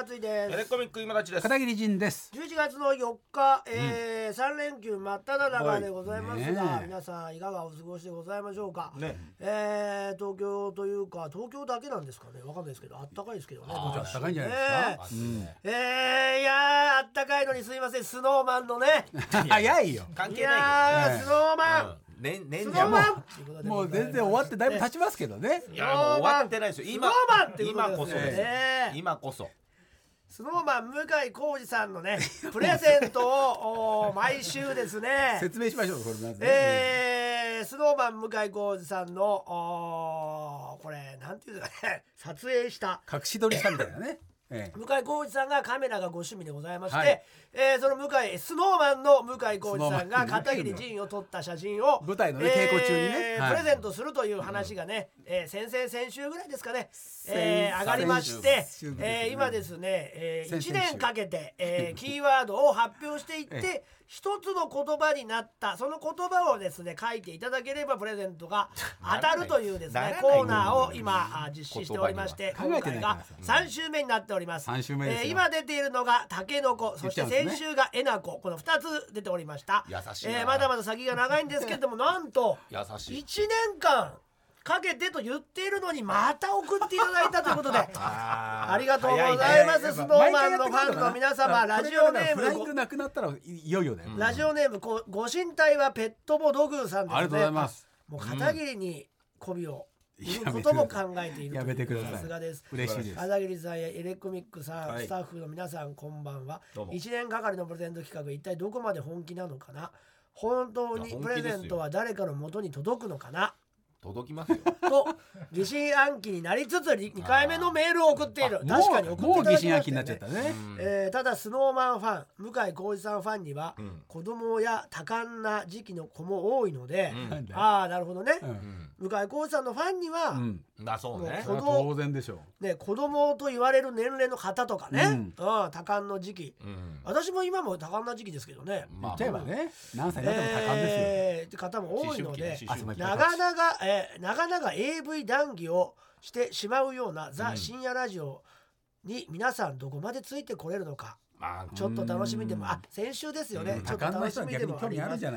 敦です。 エレコミック今立ちです。 片桐仁です。 11月の4日、3連休真っ只中でございますが、皆さんいかがお過ごしでございましょうか。東京というか東京だけなんですかね、わかんないですけど、あったかいですけどね。 あったかいんじゃないですか。 いやあったかいのにすいません、スノーマンのね早いよ。 関係ないスノーマン、 年スノーマンもう全然終わってだいぶ経ちますけどね。 いやもう終わってないですよ。 スノーマンっていうこと今こそです。今こそスノーマン向井康二さんのねプレゼントを毎週ですね説明しましょう。これまずスノーマン向井康二さんのこれなんていうんですかね、撮影した隠し撮りしたみたいなね。 向井康二さんがカメラがご趣味でございまして、 はい、 そのスノーマンの向井康二さんが片桐仁を撮った写真を舞台の、ね稽古中にね、 プレゼントするという話がね、先週ぐらいですかね、上がりまして、今ですね、1年かけて、キーワードを発表していって一つの言葉になったその言葉をですね書いていただければプレゼントが当たるというですねコーナーを今実施しておりまして、今回が3週目になっております。今出ているのがタケノコ、そして先週がエナコ、この2つ出ておりました。まだまだ先が長いんですけれども、なんと1年間かけてと言っているのにまた送っていただいたということでありがとうございます。スノーマンのファンの皆様、ラジオネームフライングなくなったらいよいよだよ。 ラジオネームご神体はペットボドグーさんですね。 ありがとうございます。 もう片桐に媚びをいることも考えている。 やめてください。 さすがです。 嬉しいです。 片桐さんやエレコミックさん、スタッフの皆さんこんばんは。1年がかりのプレゼント企画、一体どこまで本気なのかな。本当にプレゼントは誰かの元に届くのかな。 届きますよと疑心暗鬼になりつつ2回目のメールを送っている。確かに送っていただきましたよね。 もう疑心暗鬼になっちゃったね。 ただスノーマンファン、向井康二さんファンには、子供や多感な時期の子も多いので、なるほどね、向井康二さんのファンには、 そうね、 当然でしょうね、子供と言われる年齢の方とかね、多感の時期、私も今も多感な時期ですけどね、 言っちゃえばね、何歳になっても多感ですよ、 って方も多いので、長々 AV 談義をしてしまうようなザ・深夜ラジオに皆さんどこまでついてこれるのか、ちょっと楽しみでも、先週ですよね、ちょっと楽しみでもあります。いや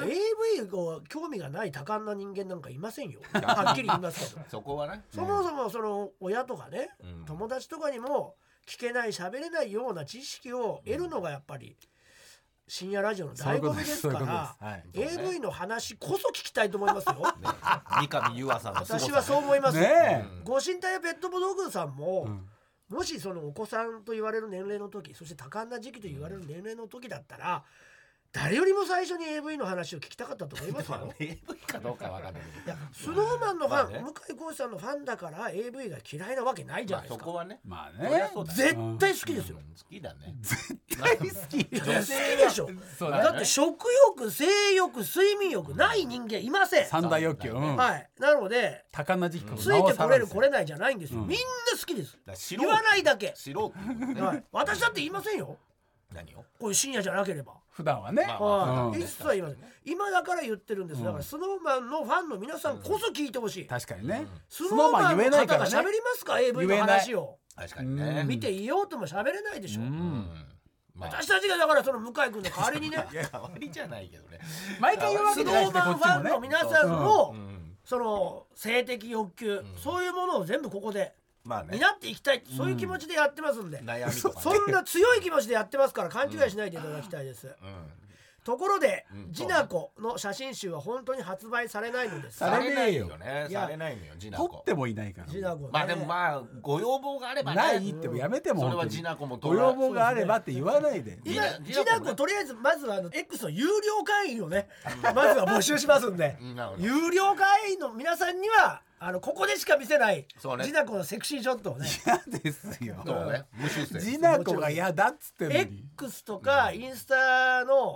AV を興味がない多感な人間なんかいませんよはっきり言いますけどそこはね、 そもそもその親とかね、友達とかにも聞けない喋れないような知識を得るのがやっぱり深夜ラジオの醍醐味ですから、AV の話こそ聞きたいと思いますよ。 三上優愛さんの私はそう思います。ご神体やペットボドグさんも、もしそのお子さんと言われる年齢の時、そして多感な時期と言われる年齢の時だったら、誰よりも最初に AV の話を聞きたかったと思いますよ。 AV かどうかわかんないけど、 スノーマンのファン、向井康二さんのファンだから AV が嫌いなわけないじゃないですか。 そこはね、 絶対好きですよ。 好きだね。 絶対好き。 女性でしょ。だって食欲、性欲、睡眠欲ない人間いません。 三大欲求。 はい。なので多感な時期ついてこれるこれないじゃないんですよ。みんな好きです。言わないだけ。私だって言いませんよ。 何を？ こういう深夜じゃなければ。 普段はね。 一切言いません。今だから言ってるんです。だからスノーマンのファンの皆さんこそ聞いてほしい。 確かにね。 スノーマンの方が喋りますか AV の話を。 確かにね。 見ていようとも喋れないでしょ。私たちがだからその向井君の代わりにね。 代わりじゃないけどね。 毎回言うわけじゃないですね。 スノーマンファンの皆さんのその性的欲求、そういうものを全部ここで担っていきたい、そういう気持ちでやってますんで、そんな強い気持ちでやってますから勘違いしないでいただきたいです。ところでジナコの写真集は本当に発売されないのです。 されないよね。されないのよ。ジナコ撮ってもいないから。 ジナコでもご要望があればね。 ないってもやめても。 それはジナコもご要望があればって言わないで。 ジナコとりあえずまずはX の有料会員をねまずは募集しますんで、有料会員の皆さんにはここでしか見せないジナコのセクシーショットをね。 嫌ですよ。 ジナコが嫌だっつってんのに。 X とかインスタの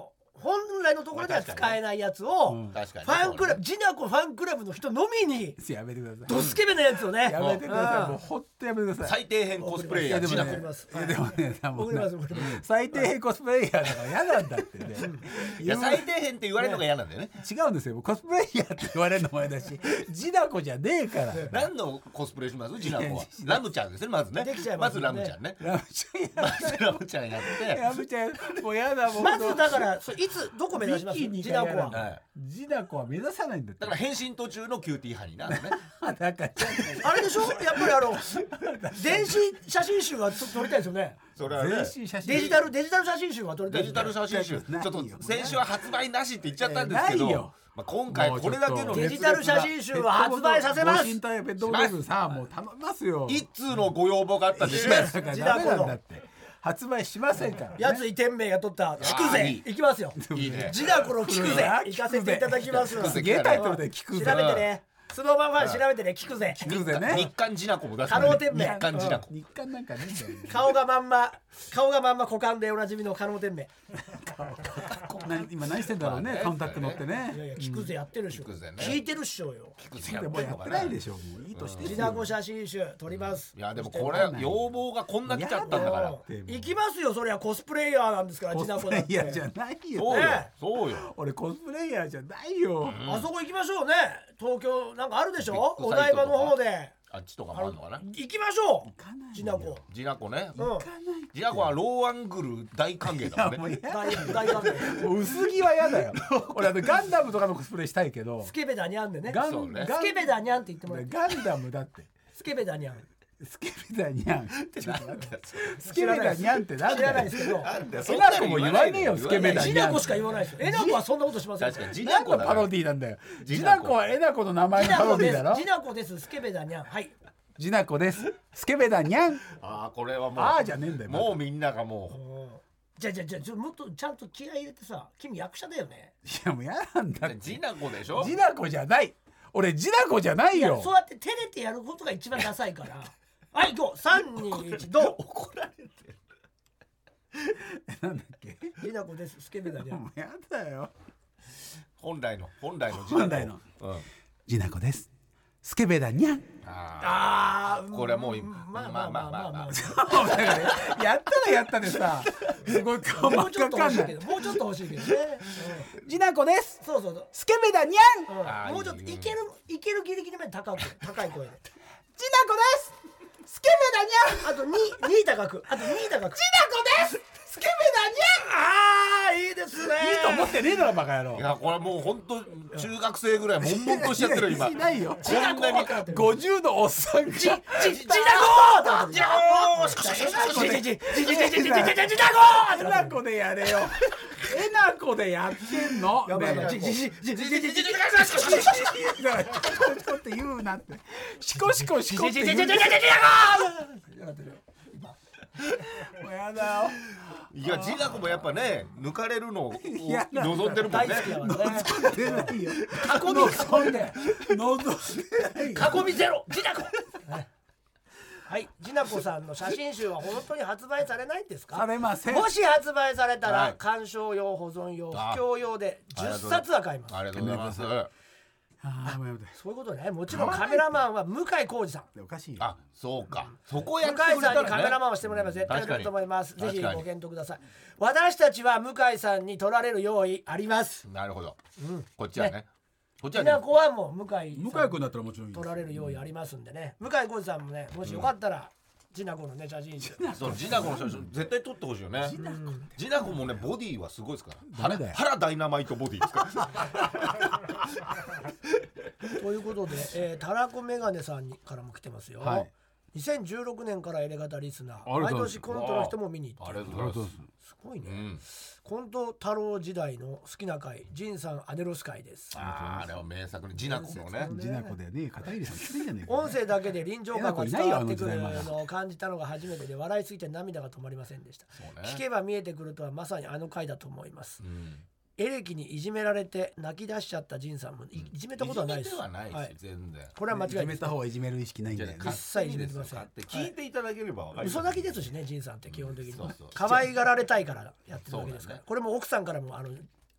本来のところでは使えないやつを、 確かにファンクラブジナコファンクラブの人のみにやめてください。 ドスケベなやつをねやめてください。もうほんとやめてください。 最底辺コスプレイヤージナコ。 いやでもね、 送ります最低辺コスプレイヤーだから嫌なんだってね。 いや最底辺って言われるのが嫌なんだよね。 違うんですよ。コスプレイヤーって言われるのも嫌だし、ジナコじゃねえから。 何のコスプレしますジナコは。ラムちゃんですねまずね。まずラムちゃんね。 ラムちゃんまずラムちゃんやって。 ラムちゃんもう嫌だもん。 まずだからいつどこ目指しますジナコは。 ジナコは目指さないんだって。 だから変身途中のキューティーハニーなのね。 だからあれでしょやっぱり電子写真集は撮りたいですよね。 それはね。 デジタル写真集は撮りたいデジタル写真集。ちょっと先週は発売なしって言っちゃったんですけないよど、今回これだけのデジタル写真集は発売させます。 ご神体ペットボトルさもう頼みますよ。 一通のご要望があったんでしょ。 だからダメなんだって。発売しませんからね。 やつい天命が取った聞くぜいきますよ。 いいね。 ジナコの聞くぜ行かせていただきます。 すげえタイトルで聞くぜ。 調べてね。スノーマンファン調べてね聞くぜ。 聞くぜね。 日刊ジナコも出す。 可能天命。 日刊ジナコ。 日刊なんかねえんだよ。 顔がまんま股間でおなじみの可能天命。 今何してんだろうね。カウンタック乗ってね。 いやいや聞くぜやってるでしょ。聞いてるっしょよ。 聞くぜやでもやってないでしょ。もういいとして。 ジナコ写真集撮ります。 いやでもこれ要望がこんな来ちゃったんだから。 行きますよそりゃコスプレイヤーなんですからジナコだって。 コスプレイヤーじゃないよ。 そうよそうよ。 俺コスプレイヤーじゃないよ。 あそこ行きましょうね。東京なんかあるでしょ。お台場の方で。 あっちとかもあるのかな。 行きましょう。ジナコ。 ジナコね。 うん。 ジナコはローアングル大歓迎だもんね。 大歓迎。 薄着は嫌だよ。俺ガンダムとかのコスプレしたいけど。 スケベダニャンでね。 スケベダニャンって言ってもらって。 ガンダムだって。 スケベダニャン。 スケベダニャン。スケベダニャンってなんだよ。 知らないですけど。 えなこも言わねえよスケベダニャン。 ジナコしか言わないですよ。えなこはそんなことしません。 確かにジナコパロディーなんだよ。ジナコはえなこの名前のパロディーだろ。 ジナコですスケベダニャン。はい。 ジナコです。スケベダニャン。 ああこれはもう。 ああじゃねえんだよ。 もうみんながもう。 じゃもっとちゃんと気合い入れてさ、君役者だよね。 いやもう嫌なんだって。 ジナコでしょ。 ジナコじゃない。俺ジナコじゃないよ。 そうやって照れてやることが一番ダサいから。はい、行こう。3、2、1、どう。 怒られてる。 なんだっけ。 ジナコです。スケベダニャン。 もうやだよ。 本来のジナコ。 本来の。ジナコです。スケベダニャン。 ああ。これはもうまあ。 やったらやったでさ。すごい顔真っ赤かんない。 もうちょっと欲しいけどね。 ジナコです。 そう。 スケベダニャン。もうちょっといけるギリギリまで高い声で。 ジナコです。スケベダニャン。 あと2高く。 ジナコですスケベダニャン。 ああいいですね。 いいと思ってねえだろバカ野郎。 いやこれもう本当中学生ぐらい悶々としちゃってる今。 いないよ。 こんなに 50のおっさんがジナコえなこでやれよ。えなこでやってんの。ちょっと言うなって。シコシコって言う。もうやだよ。 いやジナコもやっぱね抜かれるのを望んでるもんね。 望んでないよ。 囲みゼロジナコ。はい、ジナコさんの写真集は本当に発売されないんですか。 されません。 もし発売されたら鑑賞用保存用不況用で10冊は買います。 ありがとうございます。 そういうことね。もちろんカメラマンは向井浩二さん。 おかしいよ。 あ、そうか。そこや向井さんにカメラマンをしてもらえば絶対売れると思います。ぜひご検討ください。私たちは向井さんに撮られる用意あります。 なるほど。こっちはね。 ジナコはもう向井君だったらもちろん撮られる用意ありますんでね。向井浩二さんもね、もしよかったらジナコのね写真集。 そうジナコの写真絶対撮ってほしいよね。ジナコもねボディはすごいですから。原ダイナマイトボディですから。 ということで、たらこメガネさんからも来てますよ。2016年からエレガタリスナー、毎年コントの人も見に行ってる。すごいね。コント太郎時代の好きな回、ジンさんアネロス回です。 あれは名作にジナコのね。 ジナコでね、片桐さんきついじゃねえか。 音声だけで臨場感が伝わってくるのを感じたのが初めてで、笑いすぎて涙が止まりませんでした。聞けば見えてくるとはまさにあの回だと思います。エレキにいじめられて泣き出しちゃったジンさんもいじめたことはないです。 全然。 これは間違いない。 いじめた方はいじめる意識ないんだよね。 一切いじめてません。 聞いていただければ分かります。 嘘泣きですしね、ジンさんって基本的に可愛がられたいからやってるわけですから。これも奥さんからも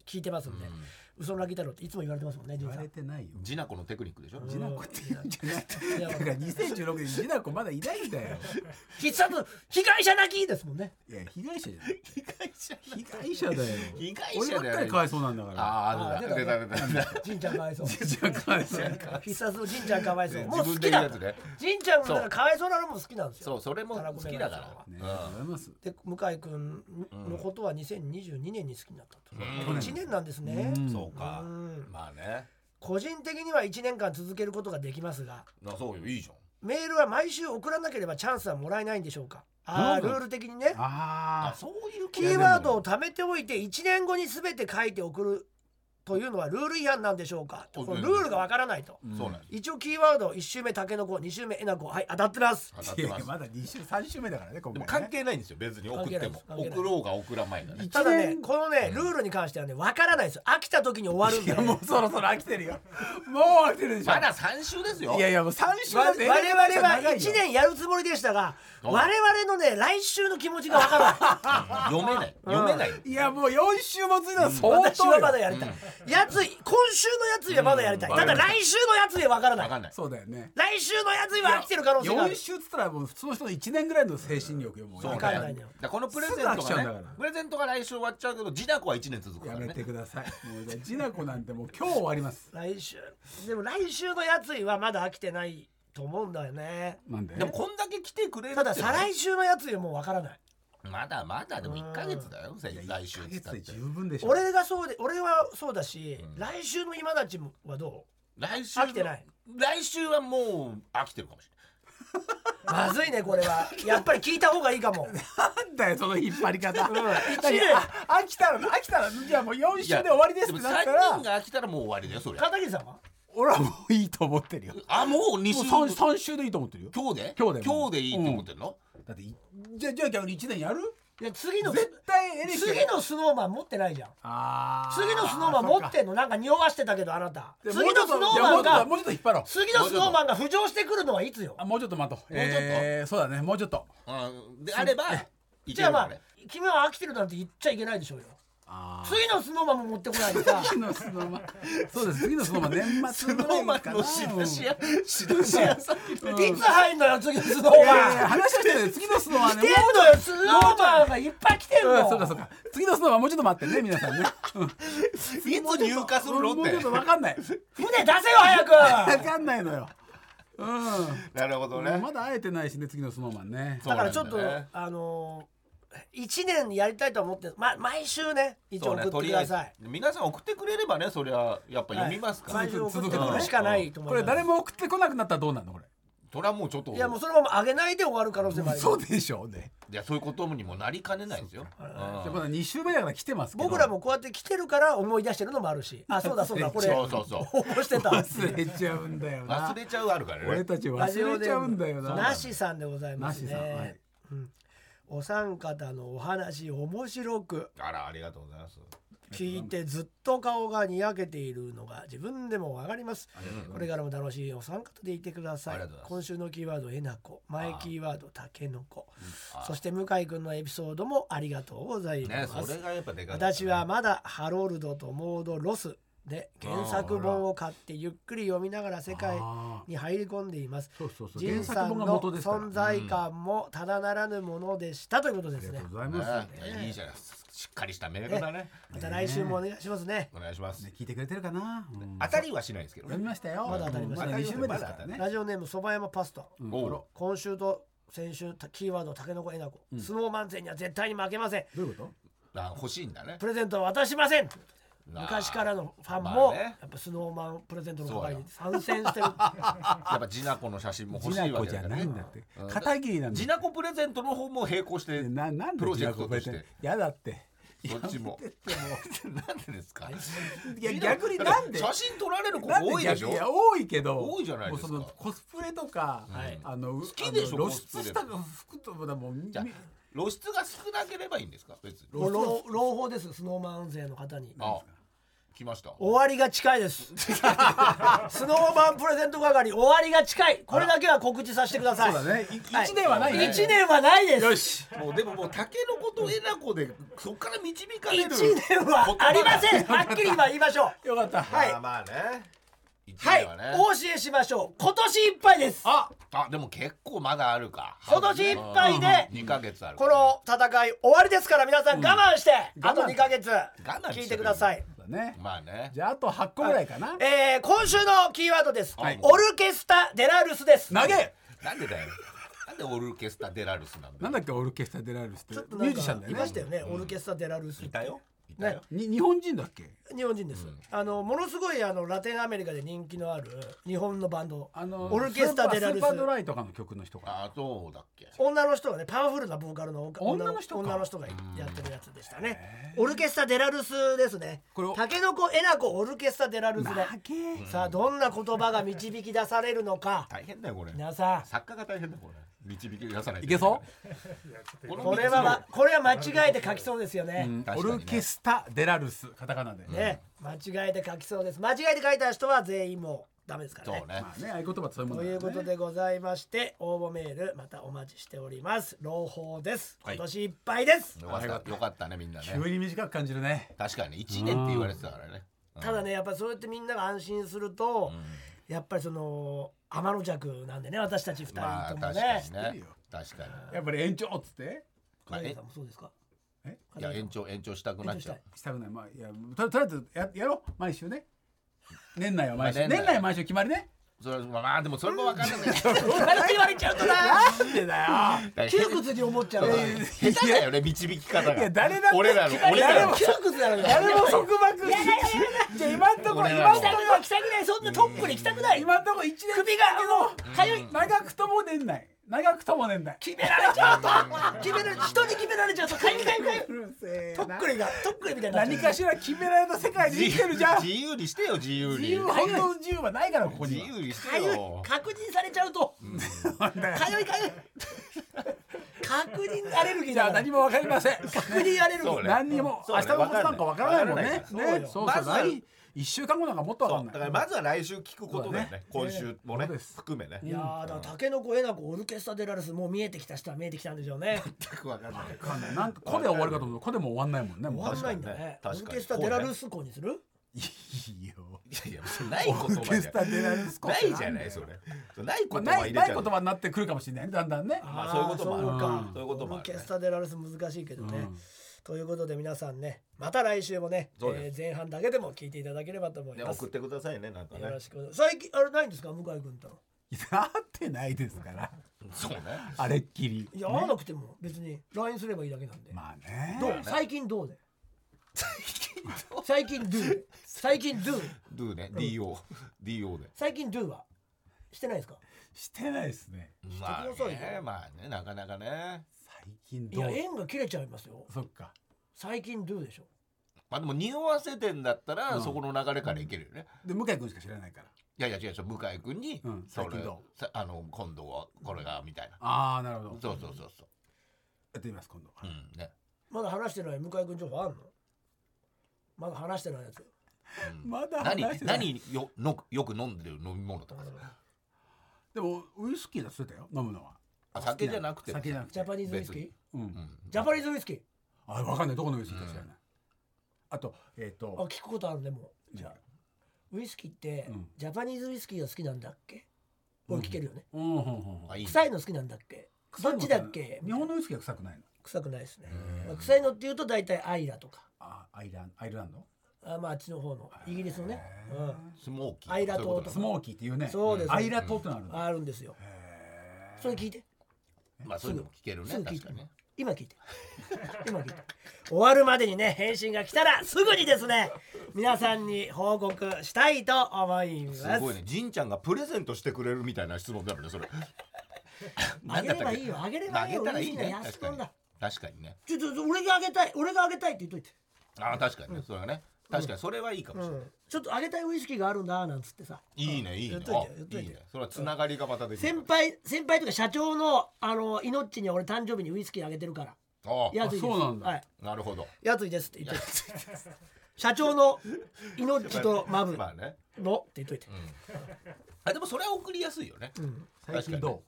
聞いてますんで、嘘泣きだろっていつも言われてますもんね。 言われてないよ。 ジナコのテクニックでしょ。 ジナコって言うんじゃない。だから2016年ジナコまだいないんだよ。 必殺被害者泣きですもんね。 いや被害者じゃない。 被害者だよ。 被害者俺ばっかりかわいそうなんだから。 ああ出たじんちゃんかわいそう。 じんちゃんかわいそう。 必殺のじんちゃんかわいそう。もう好自分きだ。 で言うやつね。 じんちゃんもだからかわいそうなのも好きなんですよ。 そうそれも好きだから。 で向井くんのことは2022年に好きになったと。1年なんですね。 そうか。まあね。 個人的には1年間続けることができますが、 そうよいいじゃん。 メールは毎週送らなければチャンスはもらえないんでしょうか。ルール的にね。 そういうキーワードを貯めておいて1年後に全て書いて送るというのはルール違反なんでしょうか。このルールがわからないと。一応キーワード1週目タケノコ、2週目えなこ、はい当たってます。 まだ2週3週目だからね。 でも関係ないんですよ別に送っても。送ろうが送らないがね。 ただねこのねルールに関してはねわからないです。飽きた時に終わるんだよ。 もうそろそろ飽きてるよ。もう飽きてるでしょ。 まだ3週ですよ。 いやいやもう3週だって。 我々は1年やるつもりでしたが、我々のね来週の気持ちがわからない。 読めない。 いやもう4週もついたら相当。 私はまだやりたい。やつ今週のやつにはまだやりたい。ただ来週のやつには分からない。 そうだよね。 来週のやつには飽きてる可能性がある。 4週っつったらもう普通の人の1年ぐらいの精神力よ。もう分からないよ。 このプレゼントがね、プレゼントが来週終わっちゃうけどジナコは1年続くからね。 やめてください。もうジナコなんてもう今日終わります。 来週でも来週のやつにはまだ飽きてないと思うんだよね。 なんで？ でもこんだけ来てくれる。 ただ再来週のやつにはもう分からない。 まだでも1ヶ月だよ。来週って十分でしょ。 俺はそうだし、来週の今立ちはどう？ 来週飽きてない。 来週はもう飽きてるかもしれない。まずいねこれは。やっぱり聞いた方がいいかも。 なんだよその引っ張り方。1年飽きたらじゃあもう4週で終わりですってなったら。 3人が飽きたらもう終わりだよそれ。 片桐さんは？ 俺はもういいと思ってるよ。 もう2週 3週でいいと思ってるよ。 今日でいいと思ってるの？ だってじゃあ逆に1年やる？ いや次の絶対エレキ次のスノーマン持ってないじゃん。次のスノーマン持ってんの？なんか匂わしてたけどあなた。次のスノーマンがもうちょっと引っ張ろう。 次のスノーマンが浮上してくるのはいつよ？ もうちょっと待とう。そうだねもうちょっと。 であればじゃあまあ君は飽きてるなんて言っちゃいけないでしょうよ。次のスノーマンも持ってこないでさ。 次のスノーマン。そうです次のスノーマン年末スノーマンの仕出し屋さん。 いつ入んのよ次のスノーマン。 話をしてる次のスノーマンね。 来てんのよスノーマンがいっぱい来てんの。 そうか次のスノーマンもうちょっと待ってね皆さんね。 いつ入荷するのって。 もうちょっと分かんない。 船出せよ早く。 分かんないのよ。 なるほどね。 まだ会えてないしね次のスノーマンね。 だからちょっと1年やりたいと思って毎週ね一応送ってください。 皆さん送ってくれればねそりゃやっぱ読みますから。 毎週送ってくるしかないと思います。 これ誰も送ってこなくなったらどうなるのこれ？ それはもうちょっと。 いやもうそのまま上げないで終わる可能性もあります。 そうでしょうね。 いやそういうことにもなりかねないですよ。 まだ2週目だから来てますけど。 僕らもこうやって来てるから思い出してるのもあるし。そうだこれ。 そう応募してた。 忘れちゃうんだよな。 忘れちゃうあるからね。 俺たち忘れちゃうんだよな。 なしさんでございますね。お三方のお話面白く。 ありがとうございます。 聞いてずっと顔がにやけているのが自分でもわかります。これからも楽しいお三方でいてください。今週のキーワードえなこ、前キーワードたけのこ、そして向井くんのエピソードもありがとうございます。私はまだハロルドとモードロスで原作本を買ってゆっくり読みながら世界に入り込んでいます。ジンさんの存在感もただならぬものでしたということですね。 いいじゃないですか。しっかりしたメールだね。 また来週もお願いしますね。 お願いします。 聞いてくれてるかな。 当たりはしないですけど。 読みましたよ。 まだ当たりました。 2週目ですからね。 ラジオネームそば山パスタ。今週と先週キーワードたけのこえなこ。スノーマン勢には絶対に負けません。 どういうこと？ 欲しいんだね。 プレゼントは渡しません。昔からのファンもやっぱスノーマンプレゼントの係に参戦してる。 やっぱジナコの写真も欲しいわけじゃないんだって。片桐なんだ。 ジナコプレゼントの方も並行してプロジェクトとして。 やだって。 どっちも。なんでですか？ いや逆になんで？ 写真撮られる子多いでしょ？ いや多いけど。 多いじゃないですか。 コスプレとか好きでしょ？ 露出した服とかもん。 露出が少なければいいんですか？別に。 朗報です。スノーマン勢の方に。 来ました。 終わりが近いです。スノーマンプレゼント係終わりが近い。これだけは告知させてください。 そうだね。1年はないね。 1年はないです。 よし。 でもタケノコ本えな子でそっから導かれる 1年はありません。はっきり今言いましょう。 よかった。 はいまあねはいお教えしましょう。今年いっぱいです。 あでも結構まだあるか。 今年いっぱいで 2ヶ月あるこの戦い終わりですから、皆さん我慢してあと2ヶ月聞いてください。 ね、 まあね。 じゃああと8個ぐらいかな。 今週のキーワードです、 はい、 オルケスタ・デラルスです。 投げなんでだよ。なんでオルケスタ・デラルスなんだよ。 なんだっけオルケスタ・デラルスってちょっとミュージシャンだよね。 いましたよね、オルケスタ・デラルス。 いたよ。 ね、 日本人だっけ。 日本人です、ものすごいラテンアメリカで人気のある日本のバンド、オルケスタ・デラルス。 スーパードライとかの曲の人か。 そうだっけ。 女の人がね、パワフルなボーカルの女の人がやってるやつでしたね。オルケスタ・デラルスですね。タケノコエナコオルケスタ・デラルスで、さあどんな言葉が導き出されるのか。 大変だよこれ。 皆さん作家が大変だよこれ。導き出さないといけそう。 これは間違えて書きそうですよね。 オルケスタ・デラルスカタカナでね、間違えて書きそうです。間違えて書いた人は全員もうダメですからね。 そうね。 まあね、合言葉ってそういうもんだよね。 ということでございまして、応募メールまたお待ちしております。朗報です。今年いっぱいです。 よかったねみんなね。 急に短く感じるね。 確かに1年って言われてたからね。 ただね、やっぱりそうやってみんなが安心すると、やっぱりその天の弱なんでね、私たち2人ともね。 確かに。 やっぱり延長っつって。 金田さんもそうですか。 いや延長したくなっちゃう。 したくない。まあいやとりあえずやろう毎週ね。年内は毎週。年内は毎週決まりね。 それまあでもそれも分かんない。 それ言われちゃうとなんでだよ。 窮屈に思っちゃう。 下手だよね導き方が。 いや誰だって俺らの窮屈だよね。 誰も束縛し。じゃ今んとこ行きたくない、そんなトップに行きたくない。 今んとこ1年首がもうかゆい。 長くとも年内。長くとも年内。 決められちゃうと人に決められちゃうとかゆい。とっくりみたいな。 何かしら決められた世界に生きてるじゃん。 自由にしてよ自由に。 本当の自由はないからここに。 自由にしてよ。 確認されちゃうとかゆい。確認アレルギーじゃあ何もわかりません。 確認アレルギー。 何にも明日のことなんかわからないもんね。そうまず 1週間後なんかもっとわかんない。 だからまずは来週聞くことだよね。今週もね含めね。 いやだからタケノコエナコオルケスタ・デラルスもう見えてきた人は見えてきたんでしょうね。 全くわかんない。 なんかこで終わるかと思うとこでも終わんないもんね。 終わんないんだね。オルケスタ・デラルスコにする？ いいよ。 いやない言葉じゃオルケスタ・デラルスコないじゃないそれ。ない言葉ない入れちゃう。 言葉になってくるかもしれないだんだんね。 まあそういうこともあるか。そういうこともある。 オルケスタ・デラルス難しいけどね。ということで皆さんね、また来週もね、前半だけでも聞いていただければと思います。 送ってくださいねなんかね。 よろしく。最近あれないんですか向井君と？ 会ってないですから。 そうね。 あれっきり。 いや会わなくても別に LINE すればいいだけなんで。 まあね。 どう？最近どうで？最近 do ね DO で。 最近 do はしてないですか？ してないですね。 まあねなかなかね。 最近どう？ いや縁が切れちゃいますよ。 そっか。 最近 do でしょ。 まあでも匂わせてんだったらそこの流れからいけるよね。 で向井君しか知らないから。 いや違う向井君にそれ今度はこれがみたいな。 ああなるほど。 そう。 やってみます今度。 ね。 まだ話してない向井君情報あんの？まだ話してないやつ。 まだ話してない。 よく飲んでる飲み物とか。 でもウイスキーだって言ってたよ飲むのは。 酒じゃなくて。 ジャパニーズウイスキー？ジャャパニーズウイスキー。 あ分かんないどこのウイスキーか知らない。あと聞くことあるねもう。じゃあウイスキーってジャパニーズウイスキーが好きなんだっけ？これ聞けるよね。臭いの好きなんだっけ？どっちだっけ？ 日本のウイスキーは臭くないの？ 臭くないですね。臭いのっていうと大体アイラとか。 アイルランド？ まああっちの方のイギリスのね。 スモーキー。 アイラ島とか。 スモーキーっていうね。 そうです。 アイラ島ってのあるんですよ。それ聞いて。 まあそういうのも聞けるね。確かに。 今聞いて。終わるまでにね返信が来たらすぐにですね皆さんに報告したいと思います。 すごいね。じんちゃんがプレゼントしてくれるみたいな質問だよねそれ。 あげればいいよ。あげればいいよ。 あげたらいいね。確かにね。 ちょっと俺があげたいって言っといて。 あ確かにねそれはね。確かにそれはいいかもしれない。 ちょっとあげたいウイスキーがあるんだなんつってさ。 いいね。いいね。それはつながりがまたできる。 先輩とか社長のイノッチに俺誕生日にウイスキーあげてるから。やついです。 そうなんだ。 はい。 なるほど。 やついですって言っといて。社長のイノッチとマブのって言っといて。 でもそれは送りやすいよね。 最近どう？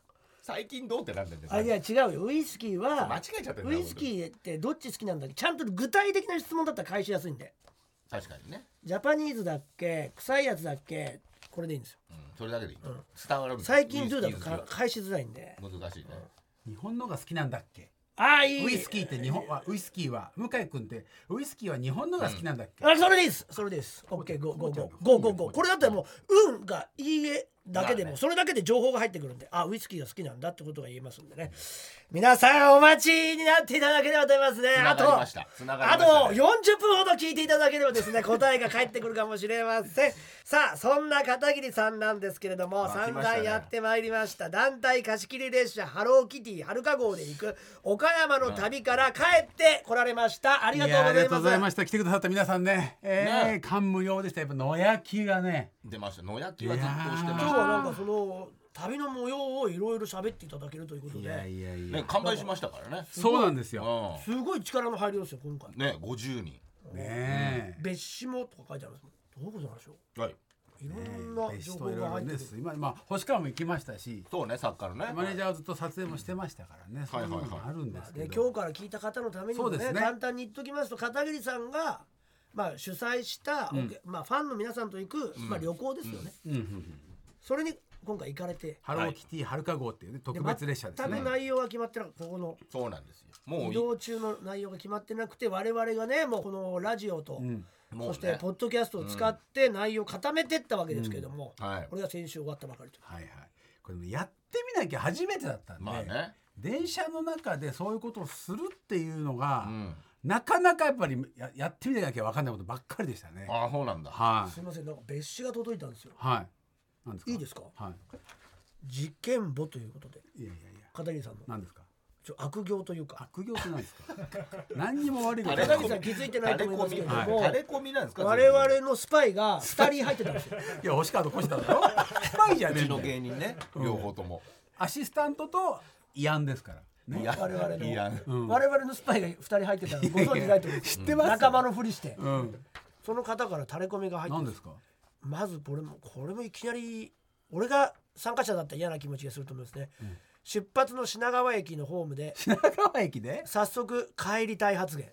最近どうってなんだよね。 あ、いや違うよ。ウイスキーは間違えちゃってるウイスキーってどっち好きなんだっけ。ちゃんと具体的な質問だったら返しやすいんで。 確かにね。 ジャパニーズだっけ、臭いやつだっけ、これでいいんですよ。 それだけでいい。伝わる。 最近どうだと返しづらいんで。 難しいね。 日本のが好きなんだっけ。 あ、いい。 ウイスキーって日本はウイスキーは向井君ってウイスキーは日本のが好きなんだっけ。 あ、それでいいです。それでいいです。オッケー、ゴーゴーゴーゴーゴーゴー。これだったらもう運がいいえだけでもそれだけで情報が入ってくるんで、あ、ウイスキーが好きなんだってことが言えますんでね。皆さんお待ちになっていただければと思いますね。あと40分ほど聞いていただければですね、答えが返ってくるかもしれません。さあ、そんな片桐さんなんですけれども、散々やってまいりました団体貸し切り列車ハローキティはるか号で行く岡山の旅から帰ってこられました。ありがとうございます。 ありがとうございました。来てくださった皆さんね、感無量でした。やっぱ野焼きがね出ました。野焼きはずっとしてました。 今日はなんかその旅の模様をいろいろ喋っていただけるということで、 ね、完売しましたからね。 そうなんですよ。 すごい力の入りですよ今回。 ね、50人。 ね、 別紙もとか書いてあります。どういうことなんでしょう。 はい。 いろんな情報が入ってる。 今星川も行きましたし、 そうね、作家のね。 マネージャーはずっと撮影もしてましたからね。そういうのもあるんですけど。 今日から聞いた方のためにもね、簡単に言っときますと、片桐さんが主催した、ファンの皆さんと行く旅行ですよね。それに今回行かれて、 ハローキティはるか号っていうね特別列車ですね。 全く内容は決まってなくて、ここのそうなんですよ。もう移動中の内容が決まってなくて、我々がねもうこのラジオと、そしてポッドキャストを使って内容を固めていったわけですけども、これが先週終わったばかりと。 これやってみなきゃ初めてだったんで、電車の中でそういうことをするっていうのが、なかなかやっぱり やってみなきゃ分かんないことばっかりでしたね。 ああ、そうなんだ。 すいません、なんか別紙が届いたんですよ。 なんですか。 いいですか。実験簿ということで。 いや片桐さんの何ですか。 悪行というか。 悪行って何ですか。何にも悪いこと。 片桐さん気づいてないと思いますけども、 タレコミなんですか。 我々のスパイが2人入ってたんですよ。 いや、星川と越田だろ。スパイじゃねえんだよ。 うちの芸人ね、両方ともアシスタントと慰安ですからね。 我々のスパイが2人入ってたのご存知ないと思う。 知ってます。 仲間のふりして、その方からタレコミが入って。 何ですか。 まずこれもいきなり俺が参加者だったら嫌な気持ちがすると思いますね。出発の品川駅のホームで早速帰りたい発言。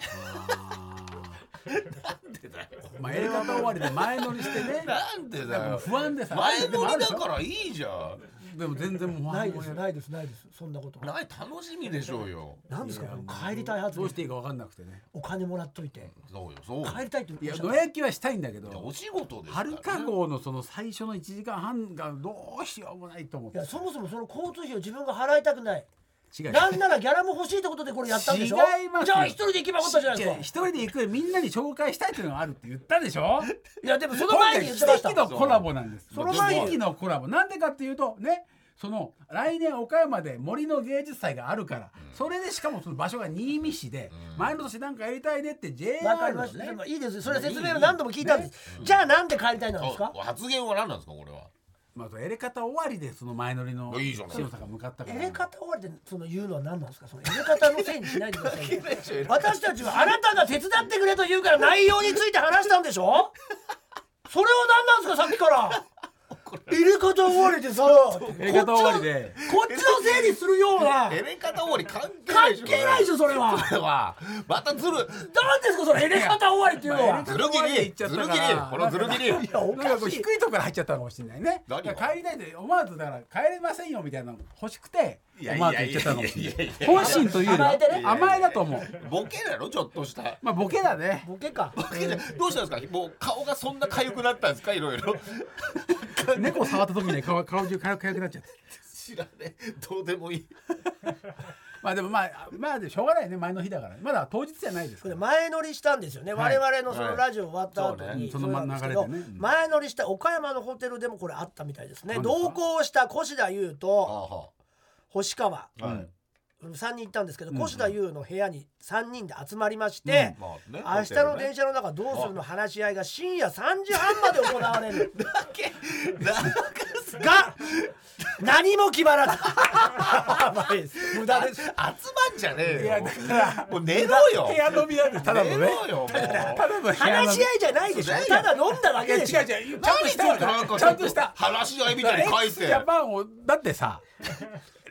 なんでだよ。 やり方終わりで前乗りしてね。 なんでだよ。 不安でさ。 前乗りだからいいじゃん。 でも全然もうないですそんなことない。楽しみでしょうよ。 なんですか帰りたい発言。 どうしていいか分かんなくてね。 お金もらっといて。 そう帰りたいって。 いや野焼きはしたいんだけど。 お仕事ですはるか号のその最初の1時間半がどうしようもないと思って。 いやそもそもその交通費を自分が払いたくない。なんならギャラも欲しいってことでこれやったんでしょ。 違います。 じゃあ一人で行けばよかったじゃないですか。 一人で行くみんなに紹介したいっていうのがあるって言ったでしょ。 いやでもその前に言ってました。 奇跡のコラボなんです。 その前に奇跡のコラボなんでかっていうとね、その来年岡山で森の芸術祭があるから、それでしかもその場所が新見市で、前の年なんかやりたいねって JR のね。 いいです。それ説明を何度も聞いたんです。じゃあなんで帰りたいなんですか。 発言は何なんですかこれは。 エレカタ終わりでその前乗りの篠さんが向かったから。 エレカタ終わりでその言うのは何なんですか。そのエレカタのせいにしないでください。私たちはあなたが手伝ってくれと言うから内容について話したんでしょ。それは何なんですかさっきから。エレカタ終わりでさ、 エレカタ終わりでこっちのせいにするような。 エレカタ終わり関係ないでしょそれは。 またずる。 なんですかそれエレカタ終わりっていうのは。 ずる切りこのずる切り。 なんか低いところから入っちゃったかもしれないね。帰りたいで思わずだから帰れませんよみたいなの欲しど思わず言っちゃったかもしれない。本心というより甘えだと思う。 ボケだろちょっとした。 ボケだね。 ボケか。 どうしたんですか。もう顔がそんな痒くなったんですかいろいろ。 猫触った時に顔中痒くなっちゃって。 知らねえ。どうでもいい。 でもでしょうがないね。前の日だからまだ当日じゃないですから。 前乗りしたんですよね。我々のそのラジオ終わった後にその流れでね。 前乗りした岡山のホテルでもこれあったみたいですね。同行した越田優と星川3人行ったんですけど、越田優の部屋に3人で集まりまして、明日の電車の中どうするの話し合いが深夜3時半まで行われるが何も決まらない。無駄です。 集まんじゃねえよ。 いやだからもう寝ろよ。 部屋飲みなんでただのね。 ただの話し合いじゃないでしょ。ただ飲んだだけでしょ。 違うちゃんとした話し合いみたいに書いて。 ジャパンをだってさ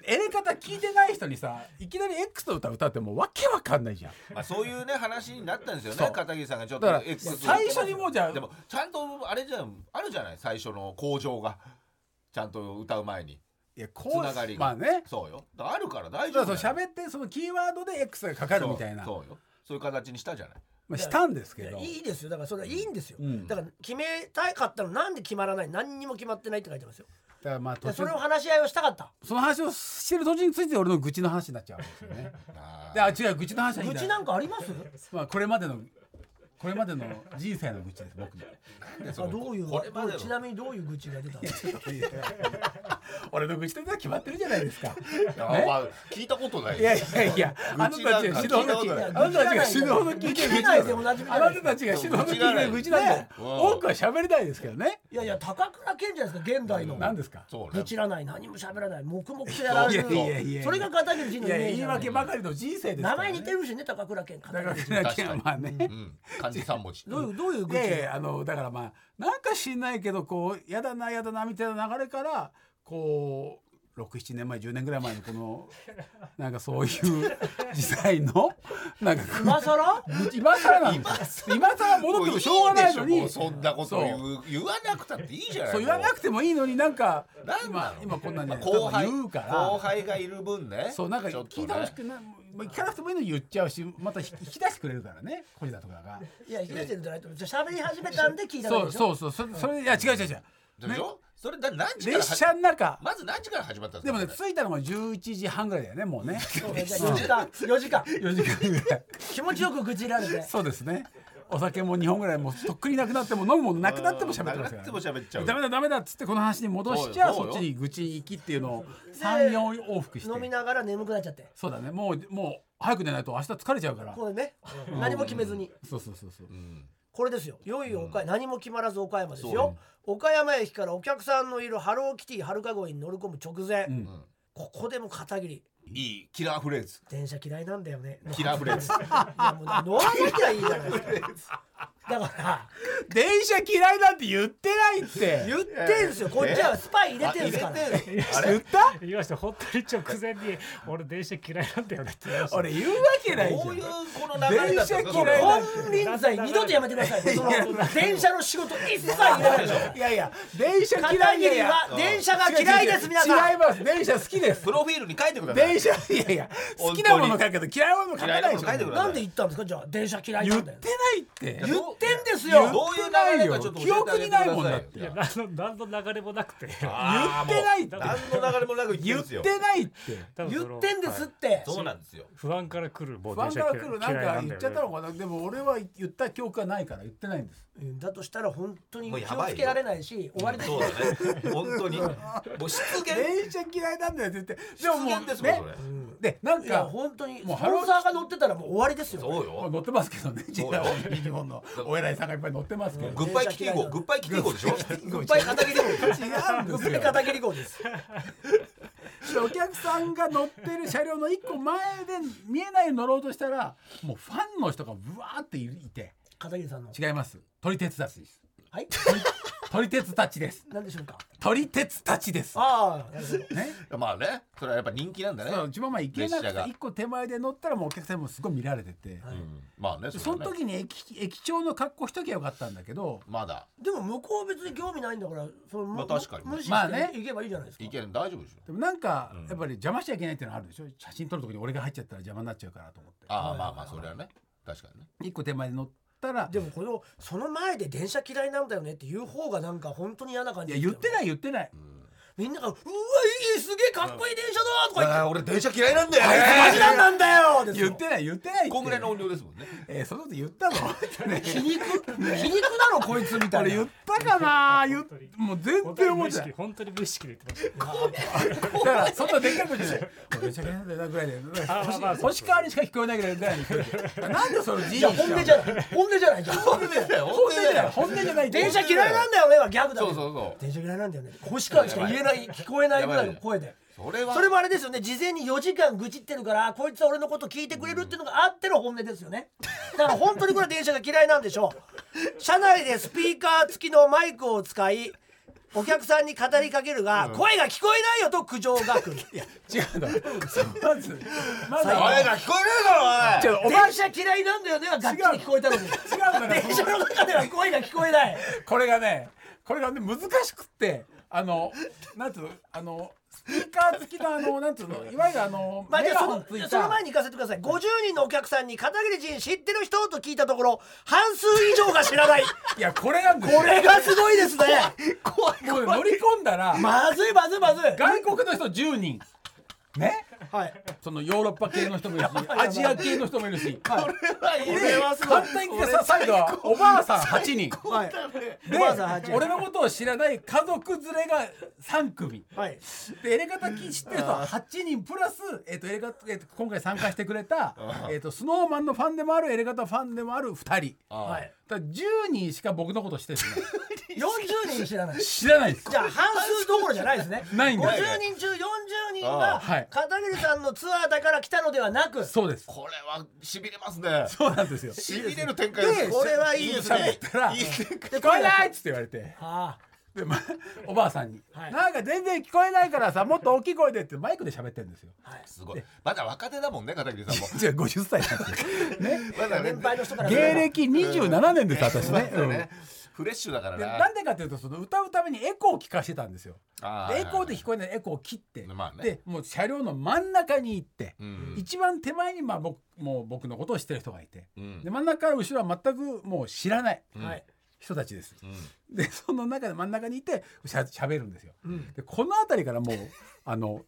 エレカタ聞いてない人にさいきなり X の歌ってもうわけわかんないじゃん。 まあそういうね話になったんですよね。片桐さんがちょっとだから X 最初にもうじゃあでもちゃんとあれじゃんあるじゃない最初の口上がちゃんと歌う前にいやこつながりがまあねそうよだからあるから大丈夫だよ。 そう喋ってそのキーワードで X がかかるみたいなそうよそういう形にしたじゃない。 まあ、したんですけどいいですよだからそれはいいんですよ、 うん、 だから決めたかったのなんで決まらない何にも決まってないって書いてますよ。 だからまあ途中それを話し合いをしたかった。 その話をしてる途中について俺の愚痴の話になっちゃうんですよね。で違う愚痴の話はいいんだ。 愚痴なんかあります？ まあこれまでの人生の愚痴です僕の。 どういうちなみにどういう愚痴が出たんですか？ 俺の愚痴というのは決まってるじゃないですか。ね、 まあ聞いたことない。 いやあなたたちが死ぬほど聞いてる。あなたたちが死ぬほど聞いてる愚痴。あなたたちが死ぬほど聞いてる愚痴なんで多くは喋れないですけどね。 いや高倉健じゃないですか現代の。 何ですか？ 愚痴らない何も喋らない黙々とやられる。それが片桐仁のイメージ。 言い訳ばかりの人生です。 名前似てるしね高倉健。 高倉健はまあね。 漢字3文字。 どういう愚痴？ だからまあなんか知んないけどこうやだなみたいな流れからこう6-7年前10年ぐらい前のこのなんかそういう時代のなんか今更なんです今更戻ってもしょうがないのにそんなこと言わなくたっていいじゃない。 そう言わなくてもいいのになんか今こんなに後輩がいる分ねそうなんか聞いてほしくない聞かなくてもいいのに言っちゃうしまた引き出してくれるからね小田とかがいや引き出してるんじゃないとじゃあ喋り始めたんで聞いたんでしょ。 そうそれいや違うでしょそれ何時から列車の中まず何時から始まったんですか。でもね着いたのが11時半ぐらいだよねもうね。 4時間ぐらい気持ちよく愚痴られて。 そうですね。お酒も2本ぐらいもうとっくになくなっても飲むものなくなっても喋ってますから、ダメだっつってこの話に戻しちゃそっちに愚痴行きっていうのを 3,4 往復して飲みながら眠くなっちゃって。 そうだねもう早く寝ないと明日疲れちゃうからこれね何も決めずに。 そう、 これですよ。いよいよ何も決まらず岡山ですよ。岡山駅からお客さんのいるハローキティはるか号に乗り込む直前、ここでも片桐いいキラーフレーズ。 電車嫌いなんだよね。 キラーフレーズ。いやもう乗らなきゃいいじゃないですか。だから電車嫌いなんて言ってないって言ってんすよ。こっちはスパイ入れてんすから。 言った言いました。本当に直前に俺電車嫌いなんだよねって言いました。 俺言うわけないじゃん。 こういうこの流れだったら電車嫌いなんて金輪際二度とやめてください。その電車の仕事一切入れないでしょ。 いや電車嫌い。 片桐は電車が嫌いです。皆さん違います。電車好きです。 プロフィールに書いてください。 電車いや好きなもの書くけど嫌いなもの書かないでしょ。 なんで言ったんですか。じゃあ電車嫌いなんだよ。 言ってないって言ってんですよ。 どういう流れかちょっと記憶にないもんだって。 いや何の流れもなくて言ってないって。 何の流れもなく言ってないって言ってんですって。 そうなんですよ。 不安から来る不安から来るなんか言っちゃったのかな。でも俺は言った記憶がないから言ってないんです。 だとしたら本当に気をつけられないし終わりです。 そうだね。本当にもう出現電車嫌いなんだよって言って。 でももうですもんそれ。 でなんか本当にスポンサーが乗ってたらもう終わりですよ。 そうよ。 乗ってますけどね。日本のお偉いさんがいっぱい乗ってますけど。 グッバイキティ号、グッバイキティ号でしょ。 グッバイ片桐号。違うんですよ。グッバイ片桐号です。 お客さんが乗ってる車両の一個前で見えないように乗ろうとしたらもうファンの人がブワーっていて。 片桐さんの違います。撮り鉄たちです。 はい。 撮り鉄たちです。 何でしょうか。 撮り鉄たちです。 ああ、 ね。まあね、それはやっぱ人気なんだね。 うちもまあ行けなくて一個手前で乗ったらもうお客さんもすごい見られてて、 まあね。 その時に駅長の格好しときゃよかったんだけど、 まだ。 でも向こう別に興味ないんだから、 まあ確かに。 無視して行けばいいじゃないですか。 行ける大丈夫でしょ。 でもなんかやっぱり邪魔しちゃいけないっていうのあるでしょ。写真撮る時に俺が入っちゃったら邪魔になっちゃうからと思って。 ああまあまあそれはね、確かにね。 一個手前で乗って。 でもその前で電車嫌いなんだよねっていう方がなんか本当に嫌な感じ。 いや言ってない、 みんながうわいいすげえかっこいい電車だとか言って、 俺電車嫌いなんだよマジなんだよ言ってないこんぐらいの音量ですもんね。 そのこと言ったの皮肉なのこいつみたいな。 俺言ったかな。もう全然思ってない。 本当に無意識で言ってました。 だからそんなでっかい声じゃない電車嫌いなんだよぐらいで星川にしか聞こえないぐらいなんでその字に本音じゃないじゃん。 本音じゃない。 電車嫌いなんだよねはギャグだけど。 そう電車嫌いなんだよね。星川しか言えない聞こえないぐらいの声で。それもあれですよね。事前に4時間愚痴ってるからこいつは俺のこと聞いてくれるっていうのがあっての本音ですよね。だから本当にこれ電車が嫌いなんでしょう。車内でスピーカー付きのマイクを使いお客さんに語りかけるが、声が聞こえないよと苦情が来る。 いや違うんだまず声が聞こえねえだろおい。 電車嫌いなんだよねはガッチリ聞こえたのに、 違うんだ電車の中では声が聞こえない。 これがね難しくって、なんつうのスピーカー付きのなんつうのいわゆるメガホンついた。 その前に行かせてください。50人のお客さんに片桐仁知ってる人と聞いたところ、半数以上が知らない。 いやこれなんですよ。 これがすごいですね。 もう乗り込んだらまずいまずいまずい。 外国の人10人ね、 はい、 そのヨーロッパ系の人もいるしアジア系の人もいるし、 はい、これはすごい。 反対にサイドはおばあさん8人、 はい、 でおばあさん8人、 俺のことを知らない家族連れが3組、 はい、 でエレガタ知ってる人は8人プラス、エレガタ今回参加してくれたスノーマンのファンでもあるエレガタファンでもある2人、 はい、 だ10人しか僕のこと知ってるんですね。 40人知らない。 知らないです。 じゃあ半数どころじゃないですね。 ないんだ。 50人中40人が片桐さんのツアーだから来たのではなく、 そうです。 これは痺れますね。 そうなんですよ。 痺れる展開です。 これはいいですね。 聞こえないっつって言われて、でおばあさんに、なんか全然聞こえないからさ、もっと大きい声でってマイクで喋ってるんですよ。 すごい。まだ若手だもんね、片桐さんも。 違う、50歳なんですよ。ね。 まだ年配の人から。 芸歴27年です私ね。 フレッシュだからな。 なんでかというと、その歌うためにエコーを聞かしてたんですよ。エコーで聞こえないエコーを切って、でもう車両の真ん中に行って、一番手前にもう僕のことを知ってる人がいて、で真ん中から後ろは全くもう知らない人たちです。でその中で真ん中にいてしゃべるんですよ。でこの辺りからもう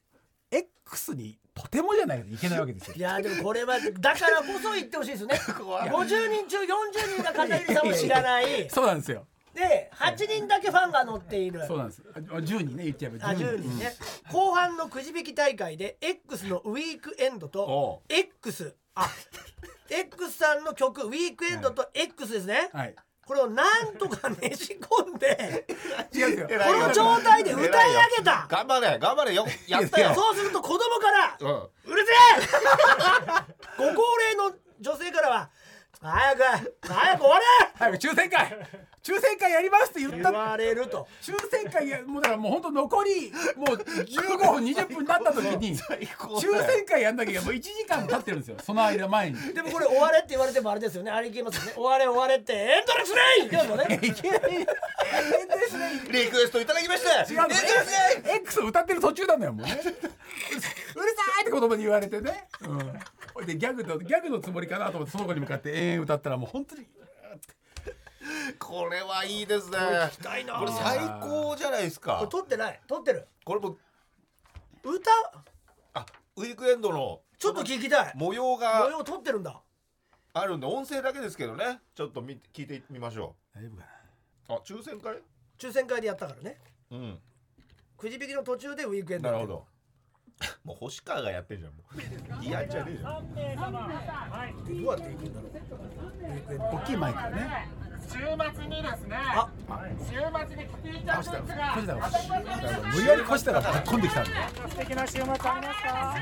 X にとてもじゃないといけないわけですよ。 いやでもこれはだからこそ言ってほしいですね。50人中40人が片桐さんを知らない。 そうなんですよ。 で8人だけファンが乗っている。 そうなんです。10人ね言っちゃえば 10人ね。後半のくじ引き大会で X のウィークエンドと X さんの曲ウィークエンドと X ですね。はい。これをなんとかねじ込んでこの状態で歌い上げた。 頑張れよ、やったよ。 そうすると子供からうるせえご高齢の女性からは早く終われ、 早く抽選会やりますって言われると。 抽選会もうだからもう本当残りもう15分20分になった時に抽選会やんなきゃもう1時間経ってるんですよ、その間前に。 でもこれ終われって言われてもあれですよね、あれいけますよね。終われってエンドレスレイって言うのね。いけないエンドレスレイリクエストいただきました。 違うの、エンドレスレイ X を歌ってる途中なんだよもうね。うるさいって言葉に言われてね、でギャグのつもりかなと思ってその子に向かって延々歌ったらもう本当にこれはいいですね。 これ最高じゃないですか。 これ撮ってる。 これも歌ウィークエンドのちょっと聞きたい。 模様撮ってるんだ。 あるんで音声だけですけどね、ちょっと聞いてみましょう。大丈夫かな。抽選会でやったからね。くじ引きの途中でウィークエンド。 なるほど。もう星川がやってんじゃん。もう嫌じゃねえじゃん。 どうやって行くんだろう。 大きいマイクね。 週末にですね。週末に聞いた人が無理やり越したらぶっ込んできたんで。 素敵な週末ありますか？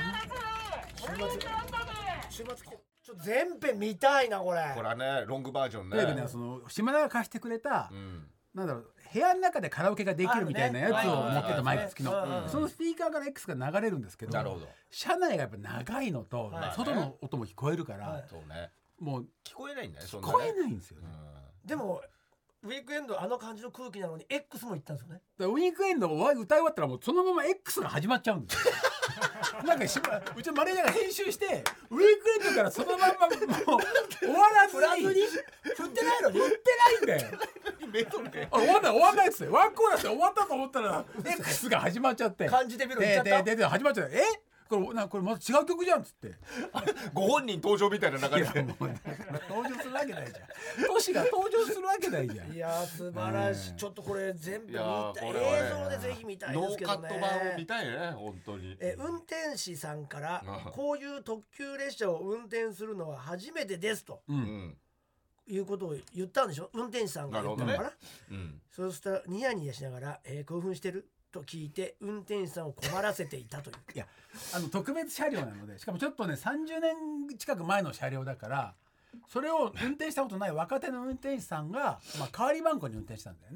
週末ちょっと全編見たいなこれ。 これはねロングバージョンね。 その島田が貸してくれた。なんだろう、部屋の中でカラオケができるみたいなやつを持ってたマイク付きの、そのスピーカーから X が流れるんですけど、車内がやっぱ長いのと外の音も聞こえるから、もう聞こえないんだね。聞こえないんですよね。 でもウィークエンドあの感じの空気なのに X も行ったんですよね。 ウィークエンドを歌い終わったらもうそのまま X が始まっちゃうんですよ。なんかうちのマネージャーが編集してウィークエンドからそのままもう終わらずに振ってないのに振ってないんだよ。終わんないっすよ。ワンコーラスで終わったと思ったら X が始まっちゃって感じてみろ言っちゃった。 で始まっちゃって、これまた違う曲じゃんっつってご本人登場みたいな流れで登場するわけないじゃん。トシが登場するわけないじゃん。 いや素晴らしい。ちょっとこれ全部見たい。映像でぜひ見たいですけどね。 ノーカット版を見たいね本当に。 運転士さんからこういう特急列車を運転するのは初めてですと、いうことを言ったんでしょ、運転手さんが言ったのかな。そうしたらニヤニヤしながら、興奮してると聞いて運転手さんを困らせていたという。 いや特別車両なので、しかもちょっとね30年近く前の車両だから、それを運転したことない若手の運転手さんが、代わり番号に運転したんだよね。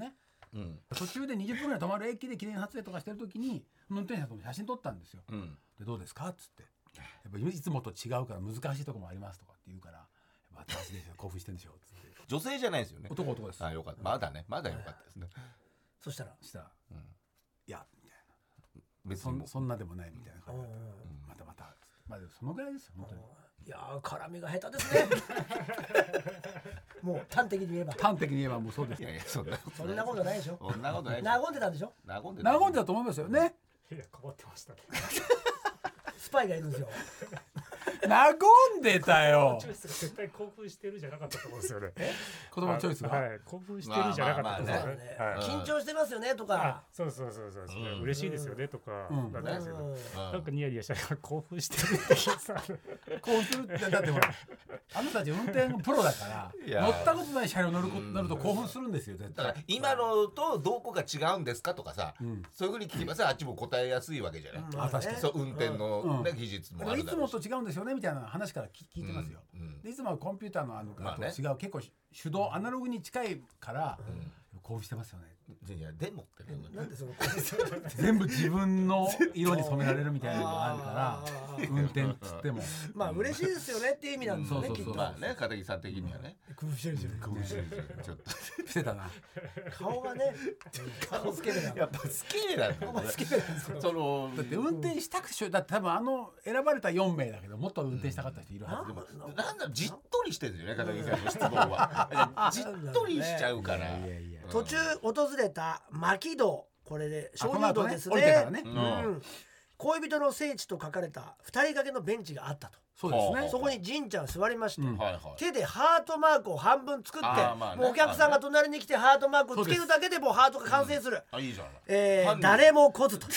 途中で20分ぐらい止まる駅で記念撮影とかしてる時に運転手さんと写真撮ったんですよ、でどうですかっつって、やっぱいつもと違うから難しいとこもありますとかって言うから、やっぱ私でしょ興奮してんでしょっつって。 女性じゃないですよね。 男です。 あ、よかった。まだよかったですね。 そしたら、 いやみたいな、 別にそんなでもないみたいな感じで、またまあでもそのぐらいですよ本当に。 いやー絡みが下手ですねもう端的に言えばもうそうです。 いやそんなことないでしょ。 そんなことない。 和んでたんでしょ。 和んでたと思いますよね。 いや変わってましたねスパイがいるんですよ。 和んでたよ。 チョイスが絶対興奮してるじゃなかったと思うんですよね。 言葉のチョイスが、 興奮してるじゃなかったと思うんですよね。 緊張してますよねとか、 そう嬉しいですよねとかなんですけど、なんかニヤニヤしたら興奮してるってさ、 興奮するってだってほらあの人たち運転プロだから乗ったことない車両乗ると興奮するんですよ絶対。 今のとどこが違うんですかとかさ、そういうふうに聞けばさあっちも答えやすいわけじゃない。 確かにそう運転の技術もあるだろうし。 いつもと違うんですよねみたいな話から聞いてますよ。でいつもはコンピューターのと違う結構手動アナログに近いから興奮してますよね。 いやでもってなんでその全部自分の色に染められるみたいなのがあるから運転っつってもまあ嬉しいですよねっていう意味なんですよね。きっとまあね片桐さん的にはね工夫してるんですよね。 ちょっとしてたな顔がね顔スケベなやっぱスケベなんだよね。 スケベなんですよ。 だって運転したくしだって多分選ばれた4名だけどもっと運転したかった人いるはず。 でもなんだじっとりしてるんですよね片桐さんの質問はじっとりしちゃうから。 途中訪れた牧道、これで鍾乳洞ですね。恋人の聖地と書かれた2人掛けのベンチがあったと。 そうですね。 そこに神ちゃん座りまして、手でハートマークを半分作って、もうお客さんが隣に来てハートマークをつけるだけでもうハートが完成する。 いいじゃん。 誰も来ずと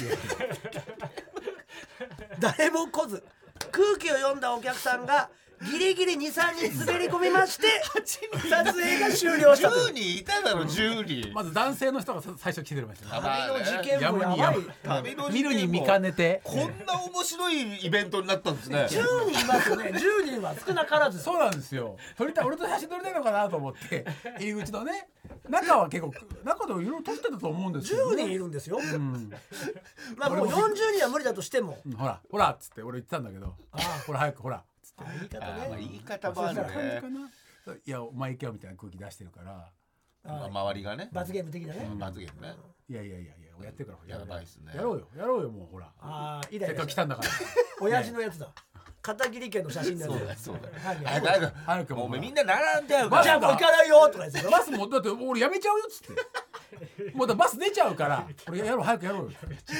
誰も来ず、空気を読んだお客さんがギリギリ 2,3 人滑り込みまして撮影が終了したと。 10人いただろ10人。 まず男性の人が最初来てくれましたね。 旅の事件もやばい。 見るに見かねてこんな面白いイベントになったんですね。 10人いますよね。10人は少なからず。 そうなんですよ。俺と写真撮りたいのかなと思って入り口のね中は結構中でもいろいろ撮ってたと思うんですよ、ね。 10人いるんですよ。まあもう40人は無理だとしても、 ほらっつって俺言ってたんだけど、ほら早くほら。 言い方ね。 言い方もあるね。 いやお前行けよみたいな空気出してるから周りがね罰ゲーム的なね。 罰ゲームね。 いややってるからやばいっすね。 やろうよもうほらせっかく来たんだから親父のやつだ。片桐家の写真だよ。 そうだ早くもうみんな並んでゃうからじゃあもう行かないよとか言ってバスもだって俺やめちゃうよっつってもうバス出ちゃうから俺早くやろうよ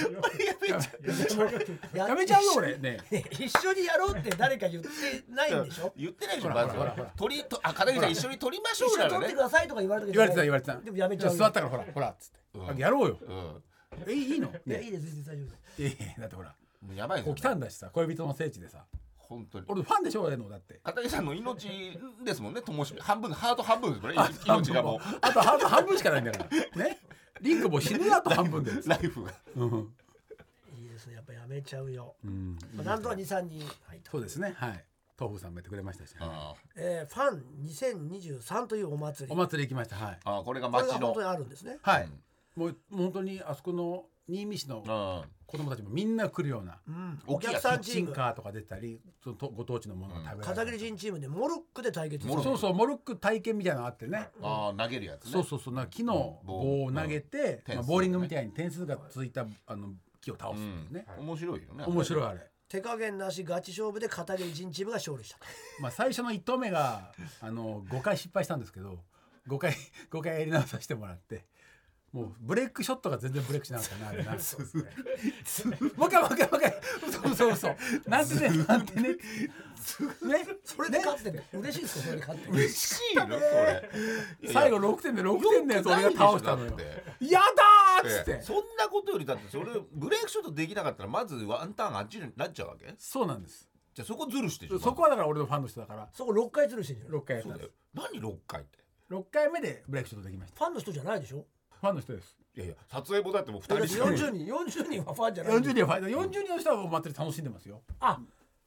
やめちゃうよ俺ね。 一緒にやろうって誰か言ってないんでしょ。 言ってないでしょ。まず片桐さん一緒に撮りましょう一緒に撮ってくださいとか言われたけど言われてたでもやめちゃう。 座ったからほらっつってやろうよ。いいのいやいいです全然大丈夫です。 だってほらやばいこう来たんだしさ恋人の聖地でさ本当に俺ファンでしょ俺のだって片桐さんの命ですもんね。ともし半分ハート半分ですもんね。命がもうあとハート半分しかないんだからね。リンクも死ぬあと半分でライフがいいですね。やっぱやめちゃうよ。なんとか 2,3 人入った。 そうですね。はい豆腐さんもやってくれましたし、 ファン2023というお祭り行きました。はいこれがこれが町の本当にあるんですね。 はいもう本当にあそこの新見市の子供たちもみんな来るようなお客さんチームキッチンカーとか出たりご当地のものが食べられる片桐仁チームでモルックで対決する。 そうモルック体験みたいなのがあってね。 投げるやつね。 そうなんか木の棒を投げてボーリングみたいに点数がついた木を倒すっていうね。 面白いよね。 面白いあれ。 手加減なしガチ勝負で片桐仁チームが勝利したと。 最初の1投目が5回失敗したんですけど5回やり直させてもらってもうブレイクショットが全然ブレイクしなかったなあれな。もう一回そうなんてねそれで勝ってね嬉しいですよ。それで勝って嬉しいのそれ。 最後6点で6点のやつ俺が倒したのよ。やだーっつってそんなことよりだってそれブレイクショットできなかったらまずワンターンあっちになっちゃうわけ。 そうなんです。 じゃあそこずるしてそこはだから俺のファンの人だからそこ6回ずるしてるじゃん。 6回やったんです。 何6回って 6回目でブレイクショットできました。 ファンの人じゃないでしょ。 ファンの人です。 いや撮影もだってもう2人 40人はファンじゃない。 40人はファン40人の人はお祭り楽しんでますよ。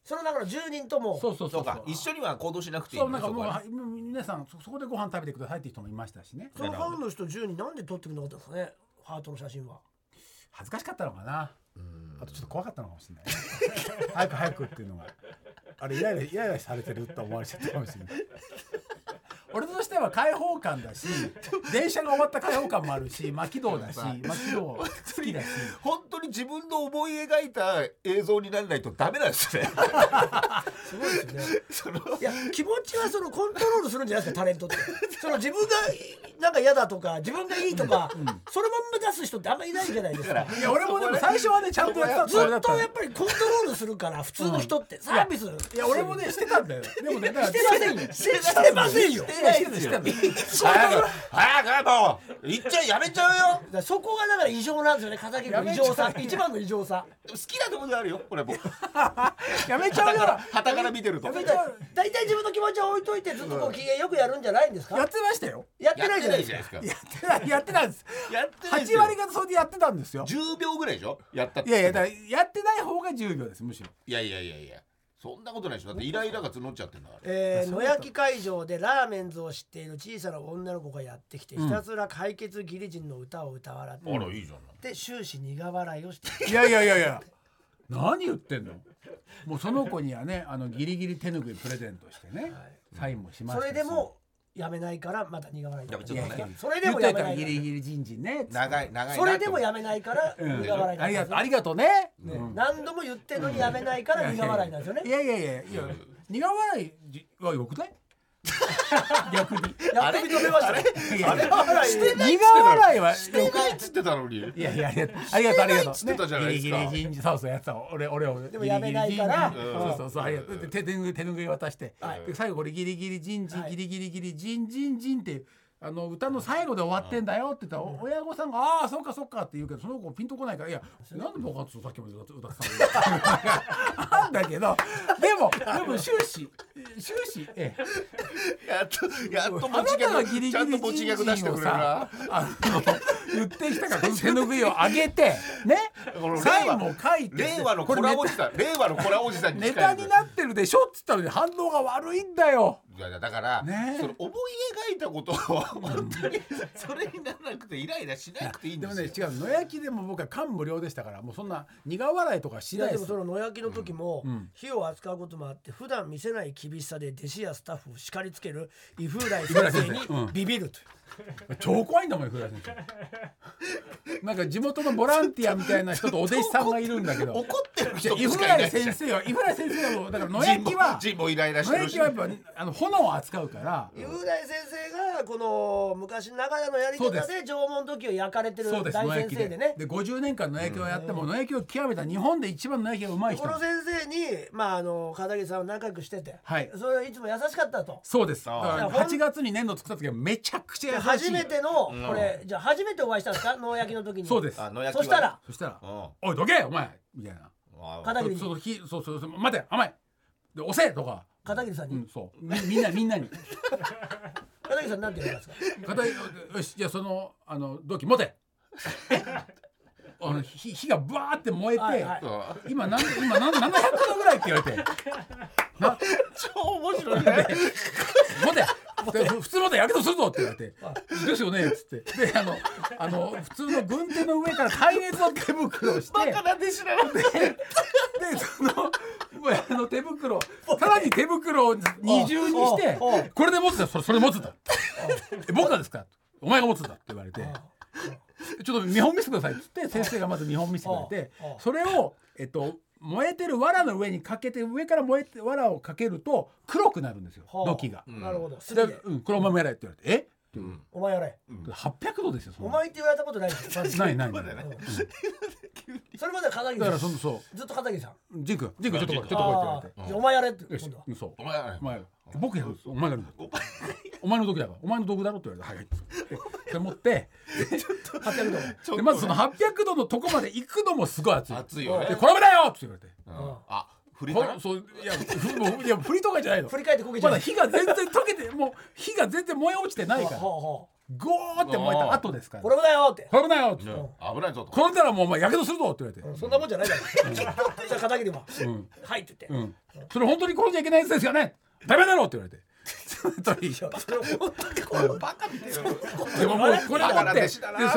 その中の10人ともそうか一緒には行動しなくていい。 そうなんかもう皆さんそこでご飯食べてくださいっていう人もいましたしね。 そのファンの人10人なんで撮ってくれなかったんですかね、ハートの写真は。 恥ずかしかったのかな。あとちょっと怖かったのかもしれない早くっていうのがあれイライラされてると思われちゃったかもしれない。俺としては開放感だし、電車が終わった開放感もあるし、巻き道だし、巻き道好きだし、 本当に自分の思い描いた映像にならないとダメなんですね。 すごいですね。いや気持ちはそのコントロールするんじゃないですか、タレントって。その自分がなんか嫌だとか自分がいいとか、そのまんま出す人ってあんまりいないじゃないですか。 いや俺もでも最初はねちゃんとやってた。 ずっとやっぱりコントロールするから普通の人ってサービス。 いや俺もねしてたんだよ。でもねしてませんよ。してませんよ。 早くもう言っちゃやめちゃうよ。 そこがだから異常なんですよね、片桐の異常さ、一番の異常さ。 好きなところであるよこれも。 やめちゃうよ。 旗から見てると。 大体自分の気持ちを置いといてずっとこう機嫌よくやるんじゃないんですか。 やってましたよ。 やってないじゃないですか。 やってないんです。8割方それでやってたんですよ。 10秒ぐらいでしょやったって。 いやだからやってない方が10秒ですむしろ。 いやそんなことないでしょ。だってイライラが募っちゃってんだから。 野焼き会場でラーメンズを知っている小さな女の子がやってきて、ひたすら解決義理人の歌を歌わらって、 あらいいじゃん。 で終始苦笑いをしていや何言ってんの。もうその子にはねギリギリ手ぬぐいプレゼントしてね、サインもしましたし。 それでもやめないからまた苦笑い。 それでもやめないギリギリ人事ね。 長いそれでもやめないから苦笑い。 ありがとうね。 何度も言ってんのにやめないから苦笑いなんですよね。 いや苦笑いはよくない？逆にやっと認めましたね。 苦笑いはしてないっつってたのに。 いやありがとう。 してたじゃないですか。 ギリギリ人事そうやってた。俺をでもやめないから。 そうありがとう。手ぬぐい渡して、最後これギリギリ人事ギリギリギリ人って歌の最後で終わってんだよって言ったら親御さんが「ああそっか」って言うけど、その子ピンとこないから「いやなんで僕はさっきまで歌ってたの?」なんだけどでも終始やっとあなたがギリギリ人事をさ言ってきたからこの手ぬぐいをあげてね、サインも書いて、 令和のコラおじさんにネタになってるでしょっつったのに反応が悪いんだよ。 いやだからその思い描いたことを本当にそれにならなくてイライラしなくていいんですよ。 でもね違う、野焼きでも僕は感無量でしたから、もうそんな苦笑いとかしないです。 でもその野焼きの時も火を扱うこともあって普段見せない厳しさで弟子やスタッフを叱りつける伊風来先生にビビるという。 超怖いんだもん伊風来先生。なんか地元のボランティアみたいな人とお弟子さんがいるんだけど怒ってる人伊風来先生はだから野焼きはジンもイライラしてるし、 野焼きはやっぱ炎を扱うから伊風来先生がこの昔ながらのやり方で縄文土器を焼かれてる大先生でね。 で50年間野焼きをやっても野焼きを極めた日本で一番野焼きがうまい人。 この先生に片桐さんは仲良くしてて、それいつも優しかったと。 そうです。だから8月に粘土作った時はめちゃくちゃ優しい。 初めてのこれじゃあ初めてお会いしたんですか、野焼きの時に。 そうです。 そしたらおいどけお前みたいな。 片桐にそう待て甘いで押せとか片桐さんに。 そうみんなに片桐さんなんて言うんですか。 よしじゃあその土器持て。火がブワーって燃えて、今700度ぐらいって言われて超面白いね。 持て普通持てやけどするぞって言われてですよねっつってで普通の軍手の上から耐熱の手袋をしてバカなんで知らないでその手袋さらに手袋を二重にしてこれで持つんだそれ持つんだ僕がですかお前が持つんだって言われてちょっと見本見せてくださいっつって先生がまず見本見せてくれてそれを燃えてる藁の上にかけて上から藁をかけると黒くなるんですよ土器が。 なるほど。 これお前もやれって言われてお前やれ。 800度ですよ。 お前って言われたことないですよ。 ない。 それまでは片桐さん。 だからずっと片桐さん。 ジン君ちょっと来いって言われて。 お前やれって今度は。そう。 お前やれ。 僕やる。お前がやる。お前の道具だから。お前の道具だろって言われて。はい。それ持って 800度。 でまずその800度のとこまで行くのもすごい熱い。 熱いよね。 でこれだよって言われて。 振りからそういや振りとかじゃないの。 振り返ってこけちゃう。 まだ火が全然溶けてもう火が全然燃え落ちてないから。 ゴーって燃えた後ですからこれもだよって危ないよって、 危ないぞと。 これならもうお前やけどするぞって言われて、 そんなもんじゃないだろじゃあ片桐ははいって言ってそれ本当に殺しちゃいけないやつですよね、ダメだろって言われてそれ本当にこれバカみたいなでももうこれだってでそれで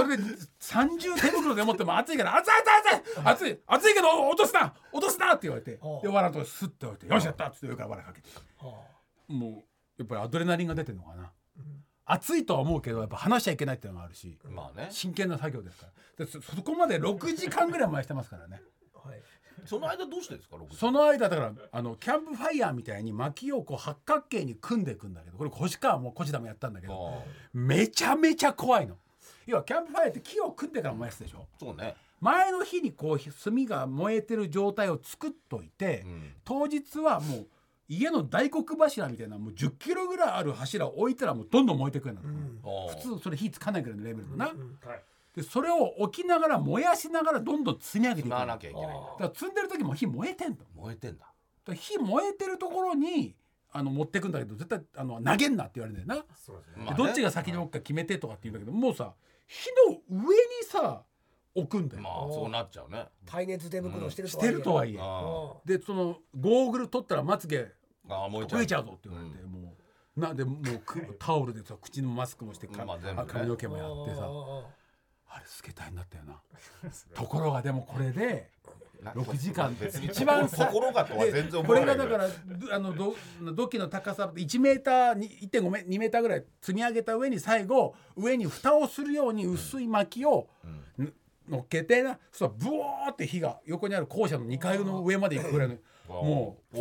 30手袋で持っても熱いから熱いけど落とすなって言われて、でわらとスッて言われてよしやったっつって上からわらかけて、もうやっぱりアドレナリンが出てるのかな、暑いとは思うけどやっぱ話しちゃいけないっていうのがあるし、 まあね、 真剣な作業ですからで そこまで6時間ぐらい燃やしてますからねその間どうしてですか。 その間だからキャンプファイヤーみたいに薪をこう八角形に組んでいくんだけど、これ星川も越田もやったんだけどめちゃめちゃ怖いの。要はキャンプファイヤーって木を組んでから燃やすでしょ。 そうね。 前の日にこう炭が燃えてる状態を作っといて、当日はもう家の大黒柱みたいなもう10キロぐらいある柱を置いたらもうどんどん燃えてくるんだ、普通それ火つかないぐらいのレベルのな、でそれを置きながら燃やしながらどんどん積み上げていく。 なきゃいけない。だから積んでる時も火燃えてんの。 燃えてんだ。 火燃えてるところに持ってくんだけど絶対投げんなって言われるんだよな。そうですね。どっちが先に置くか決めてとかって言うんだけど、もうさ火の上にさ置くんだよ。 まあそうなっちゃうね。 耐熱手袋してるとはいえ、でそのゴーグル取ったらまつげ焦げちゃうぞって言われて、もうなんでもうタオルでさ口のマスクもして髪の毛もやってさ、あれすげえ大変だったよなところがでもこれで6時間一番ところがとは全然これがだから土器の高さ1メーター 1.5 メ2メーターぐらい積み上げた上に最後上に蓋をするように薄い薪を乗っけてな、そしたらブワーって火が横にある校舎の2階の上まで行くぐらいのもう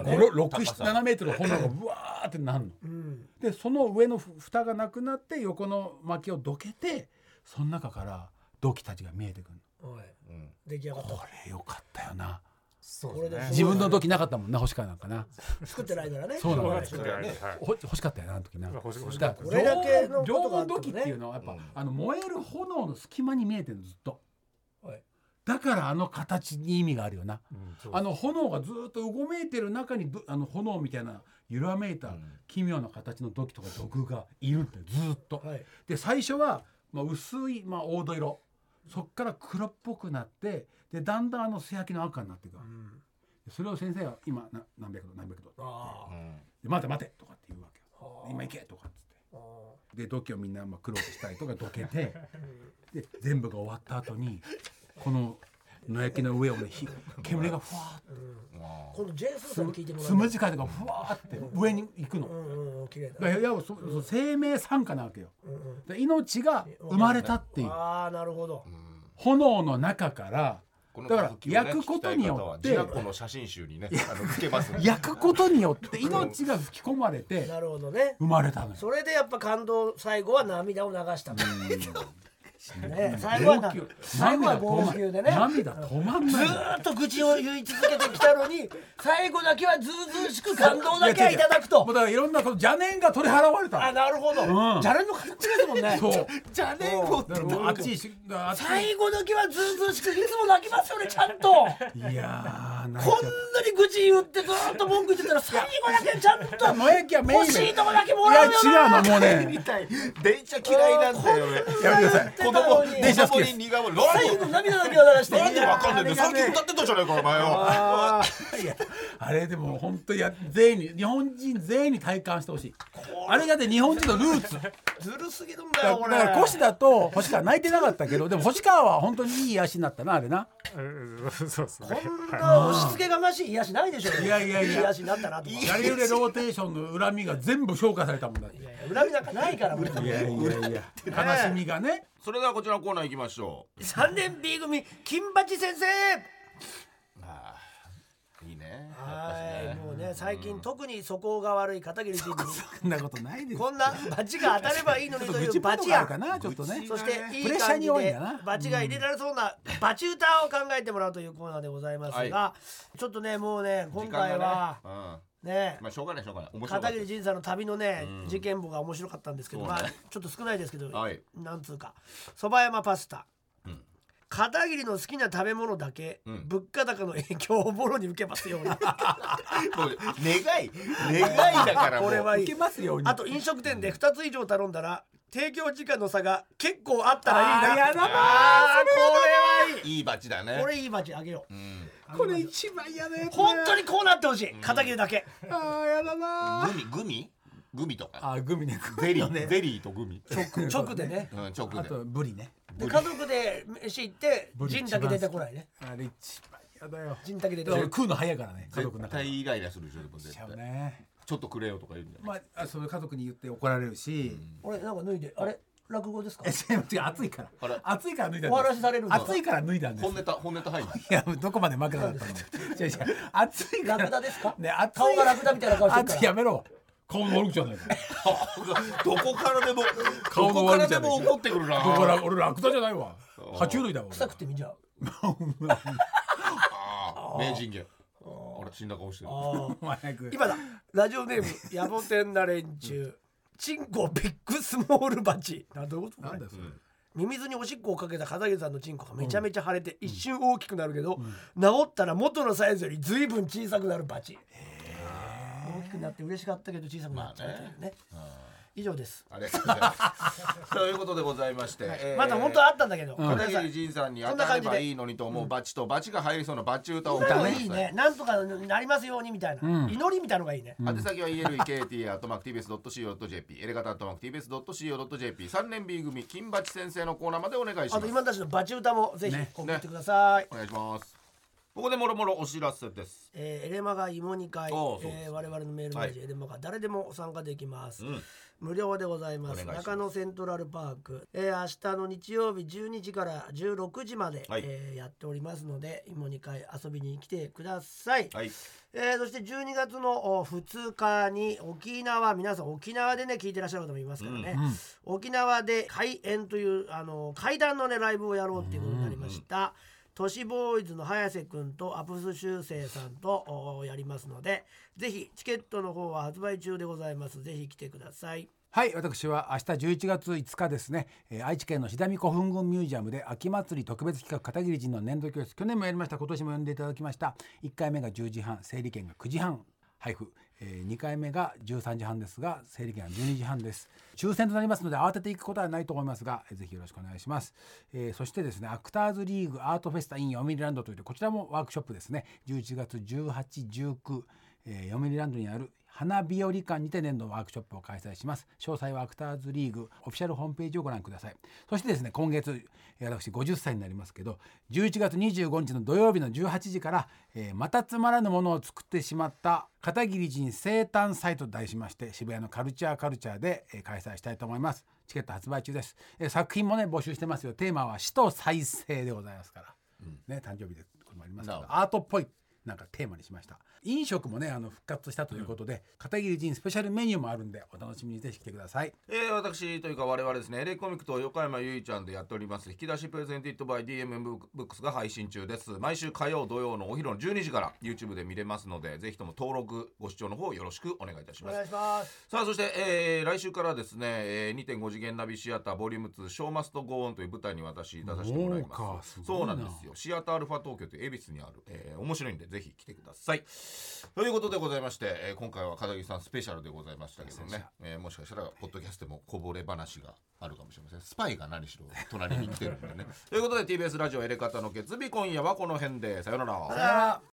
6-7メートルの炎がブワーってなるの、でその上の蓋がなくなって横の薪をどけてその中から土器たちが見えてくるの。 出来上がった。 これよかったよな。 そうね、 自分の土器なかったもんな、星川なんかな。 作ってないからね。 そうなんですよね。欲しかったよな、あの時な。 これだけの常温土器っていうのはやっぱ燃える炎の隙間に見えてるのずっと。だからあの形に意味があるよな。炎がずっとうごめいてる中に炎みたいな揺らめいた奇妙な形の土器とか土偶がいるってずっと。で最初は薄い黄土色、そっから黒っぽくなって、でだんだん素焼きの赤になっていく、それを先生は今何百度で待てとかって言うわけよ。今行けとかっつって、で土器をみんな黒くしたりとかどけてで全部が終わった後にこの野焼きの上をね煙がふわーって、 今度ジェイソンさんに聞いてもらう。 スムジカとかふわーって上に行くの。いや生命産化なわけよ。命が生まれたっていう。 ああなるほど。 炎の中からだから焼くことによってこの写真集にねつけます。 焼くことによって命が吹き込まれてなるほどね、 生まれたのよ。 それでやっぱ感動、最後は涙を流したの。最後は号泣でね、 涙止まんない。 ずーっと愚痴を言い続けてきたのに最後だけはずうずうしく感動だけはいただくと。 もうだからいろんな邪念が取り払われた。 あ、なるほど。邪念の形ですもんね。 そう。 邪念を最後だけはずうずうしくいつも泣きますよね、ちゃんと。 いやー、 こんなに愚痴言ってずーっと文句言ってたら最後だけちゃんと野焼きはメイン欲しいとこだけもらうよな。 いや違うのもうね。 電車嫌いなんだよ。 やめてください。 電車好きです。 最後涙だけは流して。 なんでわかんないんだよ。さっき歌ってたじゃないかお前よ。 あれでも本当に全員に日本人全員に体感してほしい。あれだって日本人のルーツ。 ずるすぎるんだよこれ。 だから越田と星川泣いてなかったけど、でも星川は本当にいい癒しになったなあれな。 そうですね。 こんな押し付けがましい癒しないでしょ。 いや癒しになったなと。 やりうれローテーションの恨みが全部消化されたもんだって。 恨みなんかないから。 いや悲しみがね。 それではこちらのコーナー行きましょう。 3年 B 組金八先生。 いいね。 はい、もうね最近特に素行が悪い片桐仁にそんなことないです。 こんなバチが当たればいいのにというバチや、 ちょっとね。 そしていい感じでバチが入れられそうなバチ歌を考えてもらうというコーナーでございますが、ちょっとねもうね今回はねしょうがない片桐仁さんの旅のね事件簿が面白かったんですけど、ちょっと少ないですけど、なんつうかそば山パスタ、片桐の好きな食べ物だけ、物価高の影響をもろに受けますように。 もう願いだからもうこれはいい。 受けますように。 あと飲食店で2つ以上頼んだら提供時間の差が結構あったらいいな。 やだなこれはいい。 いいバチだね。 これいいバチあげよう。 これ一番嫌なやつ。 本当にこうなってほしい。片切れだけ。 やだな。 グミとか。 グミね。 ゼリーとグミ。 直でね。 直で。 あとブリね。 で家族で飯行ってジンだけ出てこないね。 あれ一番嫌だよ。 ジンだけ出てこない。 食うの早いからね。家族の中で。 絶対イライラするでしょ。絶対ね。 ちょっとくれよとか言うんじゃない。 まあそれ家族に言って怒られるし。 俺なんか脱いであれ落語ですか。 違う暑いから。暑いから脱いだ。 お話されるんだ。 暑いから脱いだんです。 本ネタ入る。 いやどこまで負けなかったの。違う暑いから。 ラクダですか。 ね顔がラクダみたいな顔してるから。 やめろ。顔の悪口じゃないか。 どこからでも怒ってくるな。 俺ラクダじゃないわ。爬虫類だわ。 臭くて見ちゃう。 名人芸。俺死んだ顔してる。 今だ。ラジオネーム野暮天な連中。チンコビッグスモールバチ。どういうことなんだよそれ。ミミズにおしっこをかけた片桐さんのチンコがめちゃめちゃ腫れて一瞬大きくなるけど、治ったら元のサイズよりずいぶん小さくなるバチ。大きくなって嬉しかったけど小さくなっちゃうね。以上です。 ありがとうございます。ということでございまして、 まだ本当はあったんだけど、 片桐仁さんに当たればいいのにと思うバチとバチが入りそうなバチ歌を歌ういいね。なんとかなりますようにみたいな、祈りみたいのがいいね。 宛先は elekt@tbs.co.jp エレガタ@tbs.co.jp 3年 B 組金バチ先生のコーナーまでお願いします。 あと今たちのバチ歌もぜひ送ってください。 お願いします。ここでもろもろお知らせです。 エレマガ芋煮会、我々のメールページ、エレマガ誰でも参加できます、無料でございます。中野セントラルパーク、明日の日曜日12時から16時まで、やっておりますので芋煮会遊びに来てください、そして12月の2日に沖縄、皆さん沖縄でね聞いてらっしゃる方もいますからね、沖縄で海演という怪談のねライブをやろうっていうことになりました、都市ボーイズの早瀬くんとアプス修正さんとやりますので、ぜひチケットの方は発売中でございます。ぜひ来てください。 はい、私は明日11月5日ですね、愛知県の志田見古墳群ミュージアムで秋祭り特別企画片桐仁の年度教室、去年もやりました、今年も呼んでいただきました。1回目が10時半、整理券が9時半配布、2回目が13時半ですが整理券は12時半です。抽選となりますので慌てていくことはないと思いますが、ぜひよろしくお願いします。そしてですね、アクターズリーグアートフェスタ in 読売ランドというこちらもワークショップですね、11月18、19、読売ランドにある花日和館にて年度のワークショップを開催します。詳細はアクターズリーグオフィシャルホームページをご覧ください。そしてですね、今月私50歳になりますけど、11月25日の土曜日の18時から、またつまらぬものを作ってしまった片桐仁生誕祭と題しまして、渋谷のカルチャーで、開催したいと思います。チケット発売中です。作品もね募集してますよ。テーマは死と再生でございますから、ね、誕生日でこれもありますけど、アートっぽいなんかテーマにしました。飲食もね復活したということで、片桐仁スペシャルメニューもあるんでお楽しみにぜひ来てください。 私というか我々ですね、LA コミックと横山由依ちゃんでやっております引き出しプレゼンティッドバイ DMM ブックスが配信中です。毎週火曜土曜のお昼の12時から YouTube で見れますので、ぜひとも登録ご視聴の方よろしくお願いいたします。 お願いします。 さあそして、来週からですね、2.5 次元ナビシアターボリューム2ショーマストゴーンという舞台に私出させてもらいます。そうなんですよ、シアターアルファ東京という恵比寿にある、面白いんでぜひ来てください。ということでございまして、今回は片桐さんスペシャルでございましたけどね、もしかしたらポッドキャストでもこぼれ話があるかもしれません。スパイが何しろ隣に来てるんでねということで TBS ラジオエレカタの決日、今夜はこの辺でさよなら。